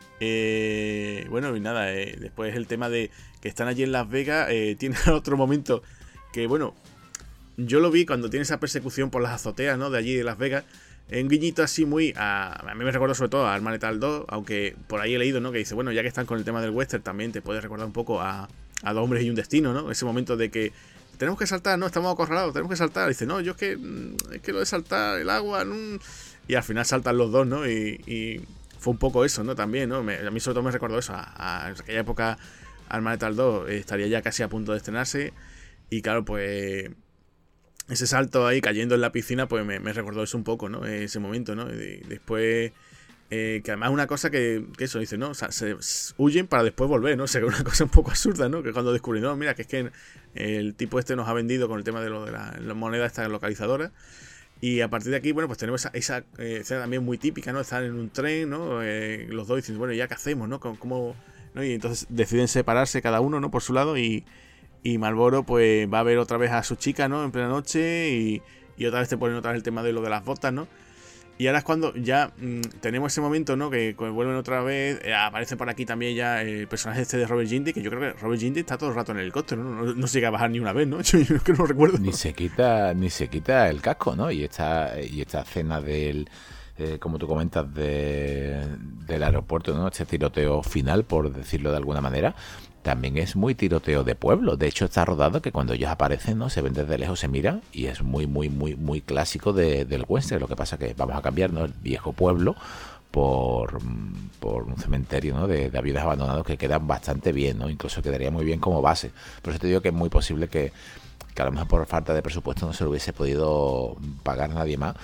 Eh, bueno, y nada, eh, después el tema de que están allí en Las Vegas, eh, tiene otro momento que, bueno, yo lo vi cuando tiene esa persecución por las azoteas, ¿no? De allí de Las Vegas, un guiñito así muy, a, a mí me recuerda sobre todo a Arma Letal dos, aunque por ahí he leído, ¿no? Que dice, bueno, ya que están con el tema del western, también te puede recordar un poco a, a Dos Hombres y un Destino, ¿no? Ese momento de que tenemos que saltar, ¿no? Estamos acorralados, tenemos que saltar. Dice, no, yo es que, es que lo de saltar, el agua, ¿no? Y al final saltan los dos, ¿no? Y... y fue un poco eso, ¿no? También, ¿no? Me, a mí sobre todo me recordó eso. A, a aquella época, Arma Letal dos eh, estaría ya casi a punto de estrenarse. Y claro, pues ese salto ahí cayendo en la piscina, pues me, me recordó eso un poco, ¿no? Ese momento, ¿no? Y después, eh, que además una cosa que, que eso dice, ¿no? O sea, se, se huyen para después volver, ¿no? O sea, que una cosa un poco absurda, ¿no? Que cuando descubrí, no, mira, que es que el tipo este nos ha vendido con el tema de lo de la, la moneda esta localizadora. Y a partir de aquí, bueno, pues tenemos esa, esa eh, escena también muy típica, ¿no? Están en un tren, ¿no? Eh, los dos dicen, bueno, ¿ya qué hacemos, no? ¿Cómo, ¿no? Y entonces deciden separarse cada uno, ¿no? Por su lado y, y Marlboro, pues, va a ver otra vez a su chica, ¿no? En plena noche y, y otra vez te ponen otra vez el tema de lo de las botas, ¿no? Y ahora es cuando ya mmm, tenemos ese momento, ¿no? Que vuelven otra vez, eh, aparece por aquí también ya el personaje este de Robert Gindy, que yo creo que Robert Gindy está todo el rato en el helicóptero, ¿no? No, no se llega a bajar ni una vez, ¿no? Yo, yo que no recuerdo. Ni se quita, ni se quita el casco, ¿no? Y esta, y esta escena del, eh, como tú comentas, de, del aeropuerto, ¿no? Este tiroteo final, por decirlo de alguna manera, también es muy tiroteo de pueblo. De hecho, está rodado que cuando ellos aparecen, ¿no? Se ven desde lejos, se mira, y es muy, muy, muy, muy clásico de, del western. Lo que pasa que vamos a cambiar, ¿no? El viejo pueblo por, por un cementerio, ¿no? de, de aviones abandonados que quedan bastante bien, ¿no? Incluso quedaría muy bien como base. Por eso te digo que es muy posible que, que a lo mejor por falta de presupuesto no se lo hubiese podido pagar nadie más.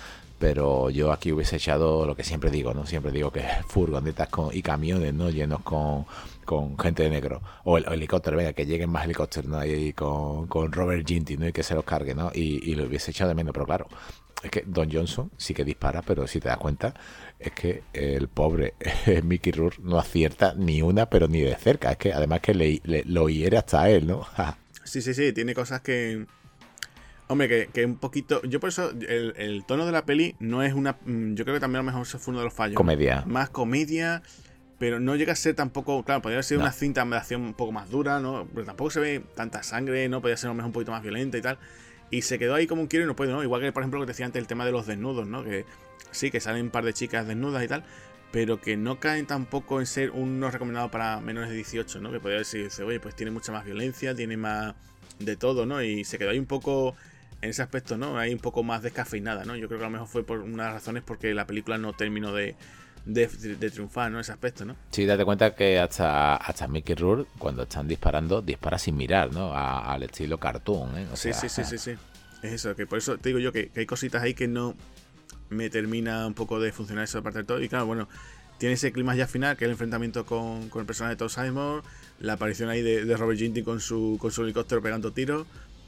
pero yo aquí hubiese echado lo que siempre digo, ¿no? Siempre digo que furgonetas con, y camiones, ¿no? Llenos con, con gente de negro. O el o helicóptero, venga, que lleguen más helicópteros, ¿no? Y con, con Robert Ginty, ¿no? Y que se los cargue, ¿no? Y, y lo hubiese echado de menos, pero claro, es que Don Johnson sí que dispara, pero si te das cuenta, es que el pobre Mickey Rourke no acierta ni una, pero ni de cerca. Es que además que le, le- lo hiere hasta él, ¿no? Sí, sí, sí, tiene cosas que... Hombre, que, que un poquito... Yo por eso, el, el tono de la peli no es una... mm, Yo creo que también a lo mejor ese fue uno de los fallos, ¿no? Comedia. Más comedia, pero no llega a ser tampoco... Claro, podría haber sido No. una cinta de acción un poco más dura, ¿no? Pero tampoco se ve tanta sangre, ¿no? Podría ser a lo mejor un poquito más violenta y tal. Y se quedó ahí como un quiero y no puede, ¿no? Igual que, por ejemplo, lo que decía antes, el tema de los desnudos, ¿no? Que sí, que salen un par de chicas desnudas y tal, pero que no caen tampoco en ser un no recomendado para menores de dieciocho, ¿no? Que podría decir, oye, pues tiene mucha más violencia, tiene más de todo, ¿no? Y se quedó ahí un poco en ese aspecto, ¿no? Ahí un poco más descafeinada, ¿no? Yo creo que a lo mejor fue por una de las razones porque la película no terminó de, de, de triunfar, ¿no? Ese aspecto, ¿no? Sí, date cuenta que hasta, hasta Mickey Rourke, cuando están disparando, dispara sin mirar, ¿no? A- al estilo cartoon, ¿eh? O Sí, sea, sí, sí, sí, sí. Es eso, que por eso te digo yo que, que hay cositas ahí que no me termina un poco de funcionar eso de parte de todo. Y claro, bueno, tiene ese clima ya final, que es el enfrentamiento con, con el personaje de Todd Sizemore, la aparición ahí de, de Robert Ginty con su, con su helicóptero pegando tiros.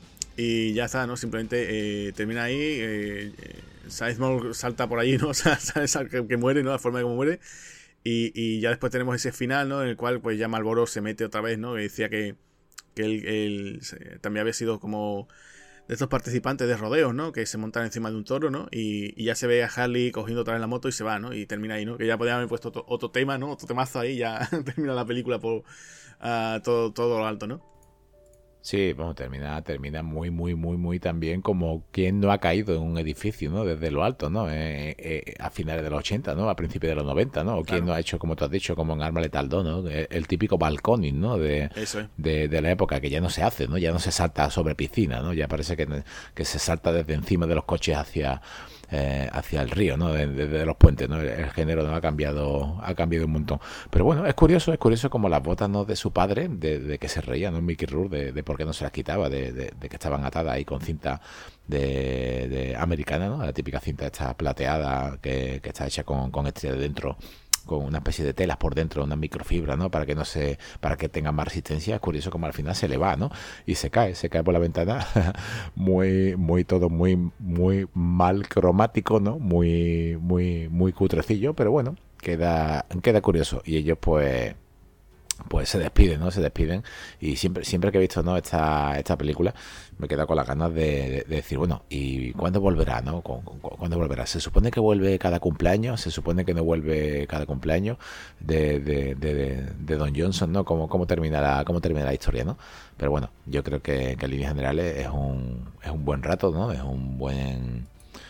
Y ya está, ¿no? Simplemente eh, termina ahí. Eh, eh, Sizemore salta por allí, ¿no? O sea, sale que, que muere, ¿no? La forma de cómo muere. Y, y ya después tenemos ese final, ¿no? En el cual, pues ya Marlboro se mete otra vez, ¿no? Que decía que, que él, él se- también había sido como de estos participantes de rodeos, ¿no? Que se montan encima de un toro, ¿no? Y, y ya se ve a Harley cogiendo otra vez la moto y se va, ¿no? Y termina ahí, ¿no? Que ya podían haber puesto otro, otro tema, ¿no? Otro temazo ahí y ya termina la película por ah, todo, todo lo alto, ¿no? sí, bueno, termina, termina muy, muy, muy, muy también como quien no ha caído en un edificio, ¿no? Desde lo alto, ¿no? Eh, eh, a finales de los ochenta, ¿no? A principios de los noventa, ¿no? O quien Claro, no ha hecho, como tú has dicho, como en Arma Letal dos, ¿no? El, el típico balconing, ¿no? De, eso es. de, de la época, que ya no se hace, ¿no? Ya no se salta sobre piscina, ¿no? Ya parece que, que se salta desde encima de los coches hacia, eh, hacia el río, ¿no? Desde de, de los puentes, ¿no? El, el género no ha cambiado, ha cambiado un montón. Pero bueno, es curioso, es curioso como las botas, ¿no? De su padre, de, de que se reía, ¿no? Mickey Rourke, de, de por qué no se las quitaba, de, de, de que estaban atadas ahí con cinta de, de americana, ¿no? La típica cinta esta plateada que, que está hecha con, con estrella dentro, con una especie de telas por dentro, una microfibra, ¿no? Para que no se, para que tenga más resistencia. Es curioso como al final se le va, ¿no? Y se cae, se cae por la ventana, muy, muy todo muy, muy mal cromático, ¿no? Muy, muy, muy cutrecillo, pero bueno, queda, queda curioso. Y ellos, pues, pues se despiden, ¿no? Se despiden. Y siempre, siempre que he visto, ¿no? esta, esta película, me queda con las ganas de, de- de decir, bueno, ¿y cuándo volverá, no? ¿Cu- cu- cu- ¿Cuándo volverá? Se supone que vuelve cada cumpleaños, se supone que no vuelve cada cumpleaños de, de, de, de- de Don Johnson, ¿no? ¿Cómo, cómo terminará, cómo termina la historia, ¿no? Pero bueno, yo creo que, que en líneas generales es un, es un buen rato, ¿no? Es un buen,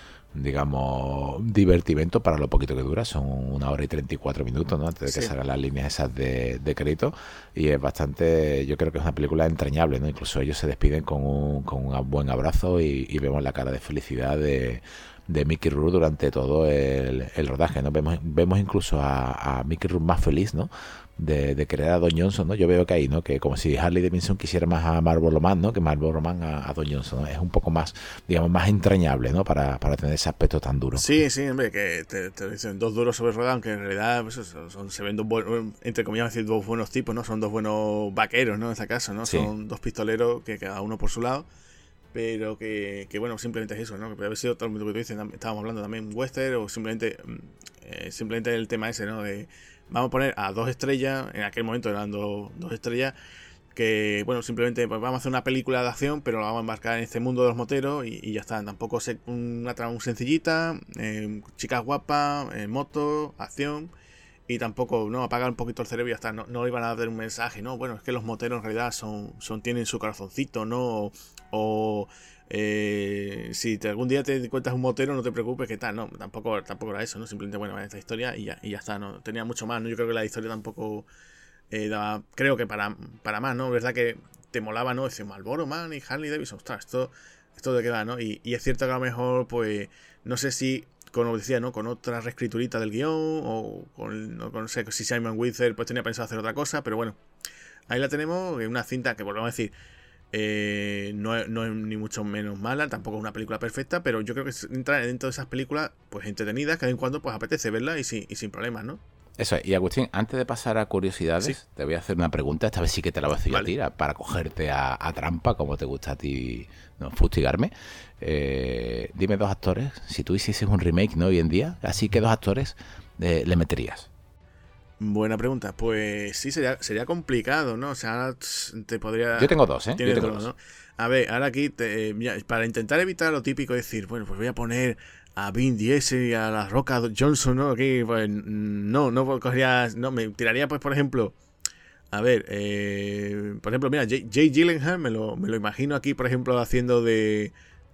digamos, divertimento para lo poquito que dura. Son una hora y treinta y cuatro minutos, ¿no? Antes de que Sí. salgan las líneas esas de, de crédito. Y es bastante, yo creo que es una película entrañable, ¿no? Incluso ellos se despiden con un, con un buen abrazo y, y vemos la cara de felicidad de, de Mickey Rourke durante todo el, el rodaje, ¿no? Vemos, vemos incluso a, a Mickey Rourke más feliz, ¿no? De, de querer a Don Johnson, ¿no? Yo veo que ahí, ¿no? Que como si Harley Davidson quisiera más a Marlboro Man, ¿no? Que Marlboro Man a, a Don Johnson, ¿no? Es un poco más, digamos, más entrañable, ¿no? Para, para tener ese aspecto tan duro. Sí, sí, hombre, que te, te dicen dos duros sobre ruedas, aunque en realidad pues, eso, son, se ven dos buenos, entre comillas, decir dos buenos tipos, ¿no? Son dos buenos vaqueros, ¿no? En este caso, ¿no? Sí. Son dos pistoleros que cada uno por su lado, pero que, que bueno, simplemente es eso, ¿no? Que puede haber sido todo lo que tú dices, tam- estábamos hablando también western o simplemente, mm, eh, simplemente el tema ese, ¿no? De vamos a poner a dos estrellas, en aquel momento eran dos, dos estrellas, que bueno, simplemente pues, vamos a hacer una película de acción, pero la vamos a embarcar en este mundo de los moteros y, y ya está. Tampoco sé, una trama muy sencillita, eh, chicas guapas, eh, moto, acción. Y tampoco, no, apagar un poquito el cerebro y ya está. No, no iban a dar un mensaje, no, bueno, es que los moteros en realidad son, son tienen su corazoncito, ¿no? O, o, eh, si te, algún día te encuentras un motero, no te preocupes, que tal, no, tampoco, tampoco era eso, ¿no? Simplemente, bueno, esta historia y ya, y ya está, ¿no? Tenía mucho más, ¿no? Yo creo que la historia tampoco eh, daba, creo que para, para más, ¿no? ¿Verdad que te molaba, ¿no? Dice Marlboro Man y Harley Davidson, ostras, esto, esto de qué va, ¿no? Y, y es cierto que a lo mejor, pues, no sé si como decía, ¿no? Con otra reescriturita del guión o con, no, con, no sé si Simon Wither pues tenía pensado hacer otra cosa, pero bueno, ahí la tenemos, una cinta que volvemos a decir, Eh, no, es, no es ni mucho menos mala, tampoco es una película perfecta, pero yo creo que entra dentro de esas películas pues entretenidas, que de vez en cuando pues apetece verla y, sin, y sin problemas, ¿no? Eso es. Y Agustín, antes de pasar a curiosidades, sí. te voy a hacer una pregunta. Esta vez sí que te la voy a hacer vale. a ti, para cogerte a, a trampa, como te gusta a ti, no, fustigarme. Eh, dime dos actores, si tú hicieses un remake, ¿no? Hoy en día, así que dos actores eh, le meterías. Buena pregunta. Pues sí, sería, sería complicado, ¿no? O sea, te podría... Yo tengo dos, ¿eh? Yo tengo dos, dos. ¿no? A ver, ahora aquí, te, eh, para intentar evitar lo típico de decir, bueno, pues voy a poner a Vin Diesel y a la Roca Johnson, ¿no? Aquí, pues no, no cogería... No, me tiraría, pues, por ejemplo... A ver, eh, por ejemplo, mira, Jay, Jay Gyllenhaal me lo, me lo imagino aquí, por ejemplo, haciendo de...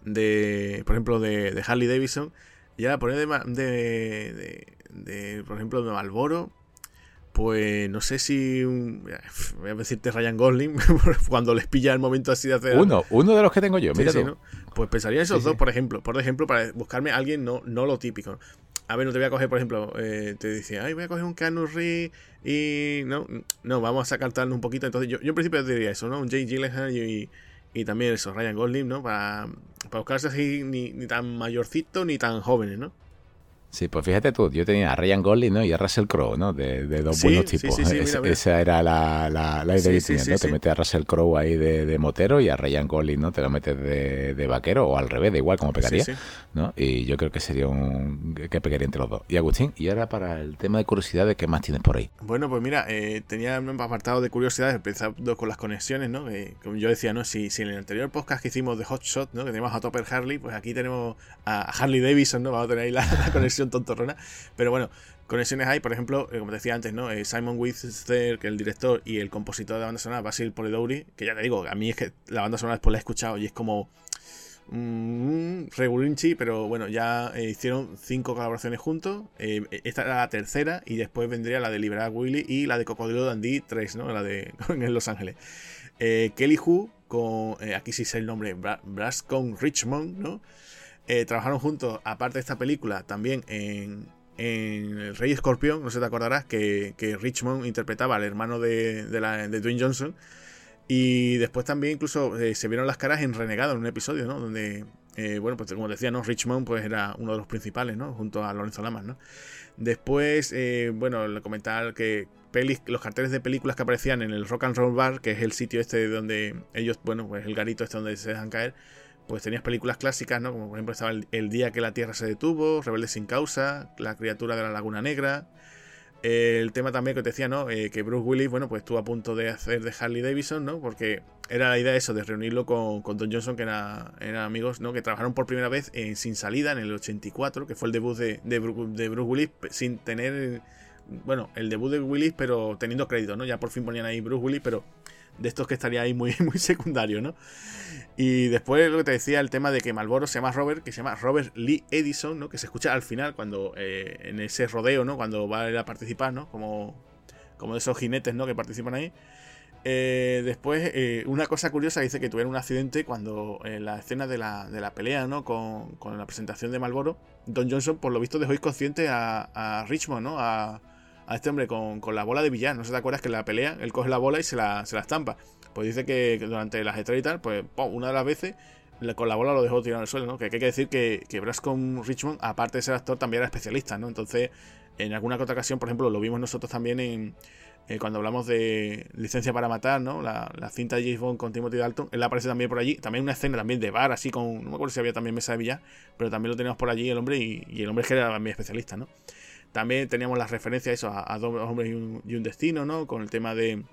de por ejemplo, de, de Harley Davidson. Y ahora poner de, de, de, de... por ejemplo, de Marlboro... Pues no sé si un, voy a decirte Ryan Gosling cuando les pilla el momento así de hacer uno uno de los que tengo yo, sí, mira sí, tú. ¿no? Pues pensaría esos sí, dos sí. por ejemplo por ejemplo para buscarme a alguien no, no lo típico. A ver, no te voy a coger, por ejemplo, eh, te dice, ay, voy a coger un Keanu Reeves y no, no, vamos a sacartarlo un poquito. Entonces yo, yo en principio te diría eso, ¿no? Un Jake Gyllenhaal y, y también eso, Ryan Gosling, ¿no? Para, para buscarse así ni, ni tan mayorcito ni tan jóvenes, ¿no? Sí, pues fíjate tú, yo tenía a Ryan Gosling, ¿no? Y a Russell Crowe, ¿no? De, de dos sí, buenos tipos. Sí, sí, sí, es, mira, mira. Esa era la, la, la idea sí, que sí, tenía, sí, ¿no? sí. Te metes a Russell Crowe ahí de, de motero y a Ryan Gosling, ¿no? Te lo metes de, de vaquero o al revés, da igual como pegaría, sí, sí. ¿no? Y yo creo que sería un... que pegaría entre los dos. Y Agustín, y ahora para el tema de curiosidades, ¿qué más tienes por ahí? Bueno, pues mira, eh, tenía un apartado de curiosidades, empezando con las conexiones, ¿no? Eh, como yo decía, ¿no? Si, si en el anterior podcast que hicimos de Hot Shot, ¿no? Que teníamos a Topper Harley, pues aquí tenemos a Harley Davidson, ¿no? Vamos a tener ahí la, la conexión tontorrona. Pero bueno, conexiones hay, por ejemplo, eh, como te decía antes, ¿no? Eh, Simon Whistler, que es el director y el compositor de la banda sonora, Basil Polidori, que ya te digo, a mí es que la banda sonora después la he escuchado y es como mmm, regulinchi, pero bueno, ya eh, hicieron cinco colaboraciones juntos. Eh, esta era la tercera y después vendría la de Liberar Willy y la de Cocodrilo Dundee tres, ¿no? La de en Los Ángeles. Eh, Kelly Hu, con, eh, aquí sí sé el nombre, Bra Braxton Richmond, ¿no? Eh, trabajaron juntos, aparte de esta película, también en... en El Rey Escorpión, no sé si te acordarás, que, que Richmond interpretaba al hermano de, de, la, de Dwayne Johnson. Y después también incluso eh, se vieron las caras en Renegado, en un episodio, ¿no? Donde, eh, bueno, pues como decía, ¿no? Richmond pues era uno de los principales, ¿no? Junto a Lorenzo Lamas, ¿no? Después, eh, bueno, le comentar que pelis, los carteles de películas que aparecían en el Rock and Roll Bar, que es el sitio este donde ellos, bueno, pues el garito este donde se dejan caer, pues tenías películas clásicas, ¿no? Como por ejemplo estaba el, el día que la Tierra se detuvo, Rebelde sin causa, La criatura de la Laguna Negra. Eh, el tema también que te decía, ¿no? Eh, que Bruce Willis, bueno, pues estuvo a punto de hacer de Harley Davidson, ¿no? Porque era la idea eso, de reunirlo con, con Don Johnson, que era, eran amigos, ¿no? Que trabajaron por primera vez en Sin Salida, en el ochenta y cuatro, que fue el debut de, de, de Bruce Willis, sin tener... Bueno, el debut de Willis, pero teniendo crédito, ¿no? Ya por fin ponían ahí Bruce Willis, pero de estos que estaría ahí muy, muy secundario, ¿no? Y después lo que te decía, el tema de que Marlboro se llama Robert, que se llama Robert Lee Edison, ¿no? Que se escucha al final, cuando eh, en ese rodeo, ¿no? Cuando va a ir a participar, ¿no? Como, como de esos jinetes, ¿no? Que participan ahí. Eh, después, eh, una cosa curiosa, dice que tuvieron un accidente cuando en la escena de la, de la pelea, ¿no? Con, con la presentación de Marlboro, Don Johnson, por lo visto, dejó inconsciente a, a Richmond, ¿no? A, a este hombre con, con la bola de billar. No sé si te acuerdas que en la pelea él coge la bola y se la, se la estampa. Pues dice que, que durante las estrellas y tal, pues ¡pum!, una de las veces con la bola lo dejó tirado al suelo, ¿no? Que hay que decir que, que Braxton Richmond, aparte de ser actor, también era especialista, ¿no? Entonces, en alguna otra ocasión, por ejemplo, lo vimos nosotros también en eh, cuando hablamos de Licencia para Matar, ¿no? La, la cinta de James Bond con Timothy Dalton. Él aparece también por allí. También una escena también de bar, así con... No me acuerdo si había también mesa de billar, pero también lo teníamos por allí el hombre y, y el hombre es que era también especialista, ¿no? También teníamos las referencias a eso, a, a dos hombres y un, y un destino, ¿no? Con el tema de...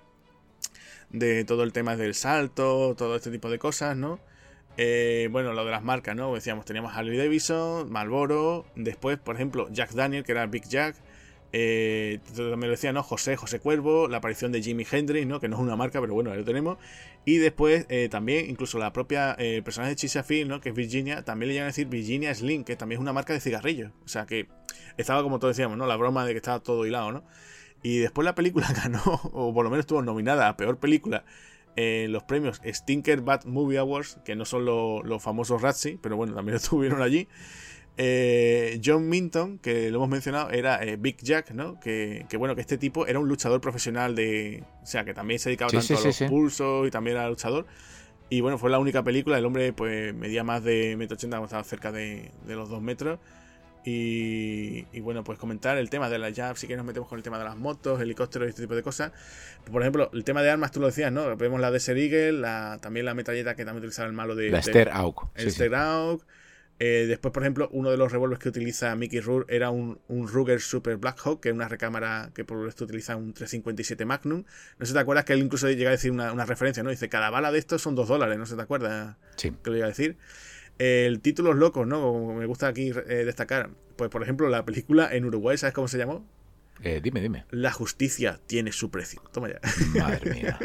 de todo el tema del salto, todo este tipo de cosas, ¿no? Eh, bueno, lo de las marcas, ¿no? Decíamos, teníamos Harley Davidson, Marlboro, después, por ejemplo, Jack Daniel, que era Big Jack, eh, también lo decía, ¿no? José, José Cuervo, la aparición de Jimi Hendrix, ¿no? Que no es una marca, pero bueno, ahí lo tenemos. Y después, eh, también, incluso la propia eh, personaje de Chesterfield, ¿no? Que es Virginia, también le llegan a decir Virginia Slim, que también es una marca de cigarrillos. O sea, que estaba, como todos decíamos, ¿no? La broma de que estaba todo hilado, ¿no? Y después la película ganó, o por lo menos estuvo nominada a Peor Película en los premios Stinker Bad Movie Awards, que no son los lo famosos Razzie, pero bueno, también estuvieron allí. Eh, John Minton, que lo hemos mencionado, era eh, Big Jack, ¿no? Que, que bueno, que este tipo era un luchador profesional de... O sea, que también se dedicaba sí, tanto sí, a los sí, sí. pulsos y también era luchador. Y bueno, fue la única película. El hombre pues medía más de uno ochenta, estaba cerca de, de los dos metros. Y, y bueno, pues comentar el tema de las, ya sí que nos metemos con el tema de las motos, helicópteros y este tipo de cosas. Por ejemplo, el tema de armas, tú lo decías, ¿no? Vemos la Desert Eagle, la, también la metralleta que también utilizaba el malo de... La Ster Auk. El sí, Ster Auk. Sí. Eh, después, por ejemplo, uno de los revólveres que utiliza Mickey Rourke era un, un Ruger Super Black Hawk, que es una recámara que por esto utiliza un tres cincuenta y siete Magnum. No sé si te acuerdas que él incluso llega a decir una, una referencia, ¿no? Dice, cada bala de estos son dos dólares, ¿no se te acuerdas? Sí. Que lo iba a decir. El títulos locos, ¿no? Como me gusta aquí eh, destacar. Pues, por ejemplo, la película en Uruguay, ¿sabes cómo se llamó? Eh, dime, dime. La justicia tiene su precio. Toma ya. Madre mía.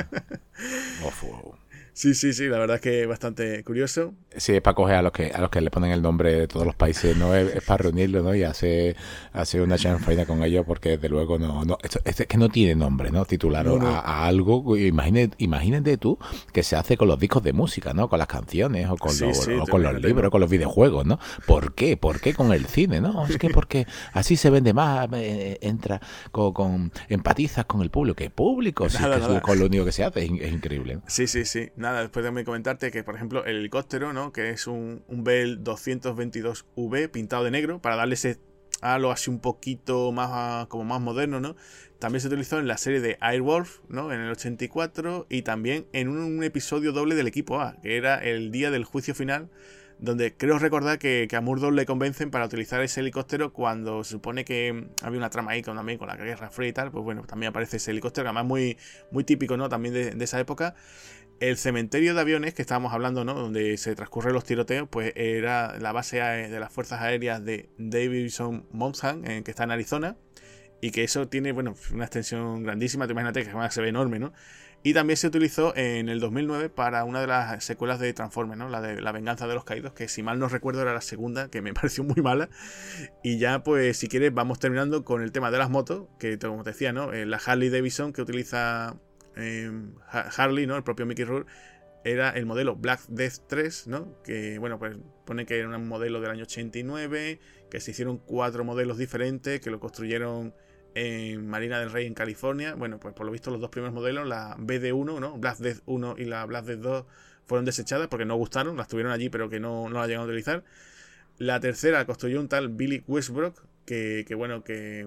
Of, wow. Sí, sí, sí, la verdad es que es bastante curioso. Sí, es para coger a los que a los que le ponen el nombre de todos los países, ¿no? Es, es para reunirlo, ¿no? Y hacer, hacer una chanfaina con ellos, porque desde luego no, no esto, es que no tiene nombre, ¿no? Titular no, no. A, a algo, imagínate, imagínate tú que se hace con los discos de música, ¿no? Con las canciones, o con, sí, los, sí, o con los libros, o con los videojuegos, ¿no? ¿Por qué? ¿Por qué con el cine, no? Es que porque así se vende más, eh, entra con, con empatizas con el público. ¿Qué público? Sí, nada, es que nada. Es con lo único que se hace, es, es increíble, ¿no? Sí, sí, sí. Nada, después déjame comentarte que, por ejemplo, el helicóptero, ¿no? Que es un, un Bell doscientos veintidós V pintado de negro para darle ese halo así un poquito más como más moderno, ¿no? También se utilizó en la serie de Airwolf, ¿no? En el ochenta y cuatro, y también en un, un episodio doble del Equipo A, que era el día del juicio final, donde creo recordar que, que a Murdoch le convencen para utilizar ese helicóptero cuando se supone que había una trama ahí con, también con la Guerra Fría y tal. Pues bueno, también aparece ese helicóptero, que además muy, muy típico, ¿no? También de, de esa época. El cementerio de aviones que estábamos hablando, ¿no? Donde se transcurren los tiroteos, pues era la base de las fuerzas aéreas de Davidson Monthan, que está en Arizona, y que eso tiene, bueno, una extensión grandísima. Te imagínate que se ve enorme, ¿no? Y también se utilizó en el dos mil nueve para una de las secuelas de Transformers, ¿no? La de La Venganza de los Caídos, que si mal no recuerdo era la segunda, que me pareció muy mala. Y ya, pues, si quieres, vamos terminando con el tema de las motos, que como te decía, ¿no? La Harley Davidson que utiliza eh, Harley, ¿no? El propio Mickey Rourke, era el modelo Black Death tres, ¿no? Que, bueno, pues pone que era un modelo del año ochenta y nueve, que se hicieron cuatro modelos diferentes, que lo construyeron en Marina del Rey, en California. Bueno, pues por lo visto los dos primeros modelos, la B D uno, ¿no? Black Death uno y la Black Death dos, fueron desechadas porque no gustaron, las tuvieron allí pero que no, no las llegaron a utilizar. La tercera la construyó un tal Billy Westbrook, que, que bueno, que...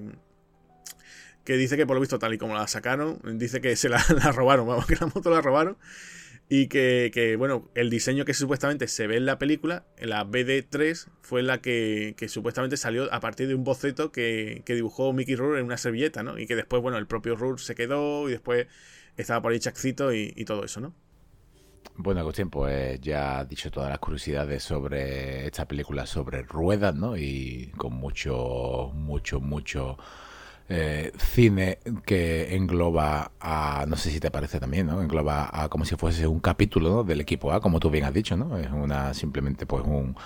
que dice que por lo visto, tal y como la sacaron, dice que se la, la robaron, vamos, que la moto la robaron. Y que, que, bueno, el diseño que supuestamente se ve en la película, la B D tres, fue la que, que supuestamente salió a partir de un boceto que, que dibujó Mickey Rourke en una servilleta, ¿no? Y que después, bueno, el propio Rourke se quedó y después estaba por ahí Chacito y, y todo eso, ¿no? Bueno, Agustín, pues ya has dicho todas las curiosidades sobre esta película sobre ruedas, ¿no? Y con mucho, mucho, mucho... Eh, cine que engloba a, no sé si te parece también, ¿no? Engloba a como si fuese un capítulo, ¿no? Del Equipo A, como tú bien has dicho, ¿no? Es una simplemente pues un,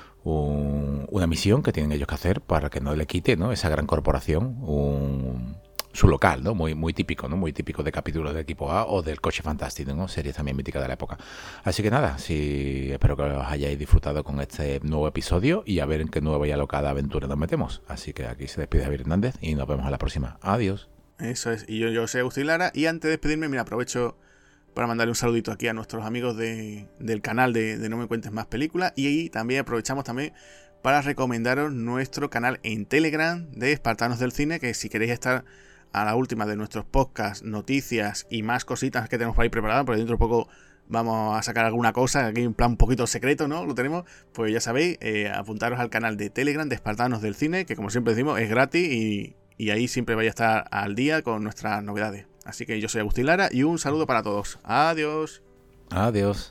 un una misión que tienen ellos que hacer para que no le quite, ¿no? Esa gran corporación un su local, ¿no? Muy muy típico, ¿no? Muy típico de capítulos de Equipo A o del Coche Fantástico, ¿no? Series también míticas de la época. Así que nada, sí, espero que os hayáis disfrutado con este nuevo episodio y a ver en qué nueva y alocada aventura nos metemos. Así que aquí se despide Javier Hernández y nos vemos a la próxima. Adiós. Eso es, y yo, yo soy Agustín Lara, y antes de despedirme, mira, aprovecho para mandarle un saludito aquí a nuestros amigos de, del canal de, de No Me Cuentes Más Películas, y ahí también aprovechamos también para recomendaros nuestro canal en Telegram de Espartanos del Cine, que si queréis estar a la última de nuestros podcasts, noticias y más cositas que tenemos por ahí preparadas, porque dentro de poco vamos a sacar alguna cosa, aquí en plan un poquito secreto, ¿no? Lo tenemos, pues ya sabéis, eh, apuntaros al canal de Telegram de Espartanos del Cine, que como siempre decimos es gratis y, y ahí siempre vais a estar al día con nuestras novedades. Así que yo soy Agustín Lara y un saludo para todos. Adiós. Adiós.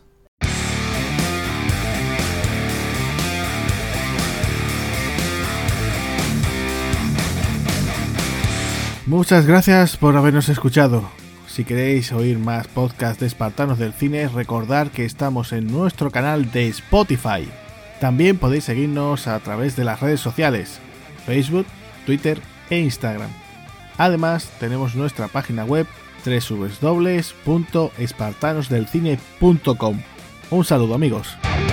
Muchas gracias por habernos escuchado. Si queréis oír más podcasts de Espartanos del Cine, recordad que estamos en nuestro canal de Spotify. También podéis seguirnos a través de las redes sociales, Facebook, Twitter e Instagram. Además, tenemos nuestra página web doble u doble u doble u punto espartanos del cine punto com. Un saludo, amigos.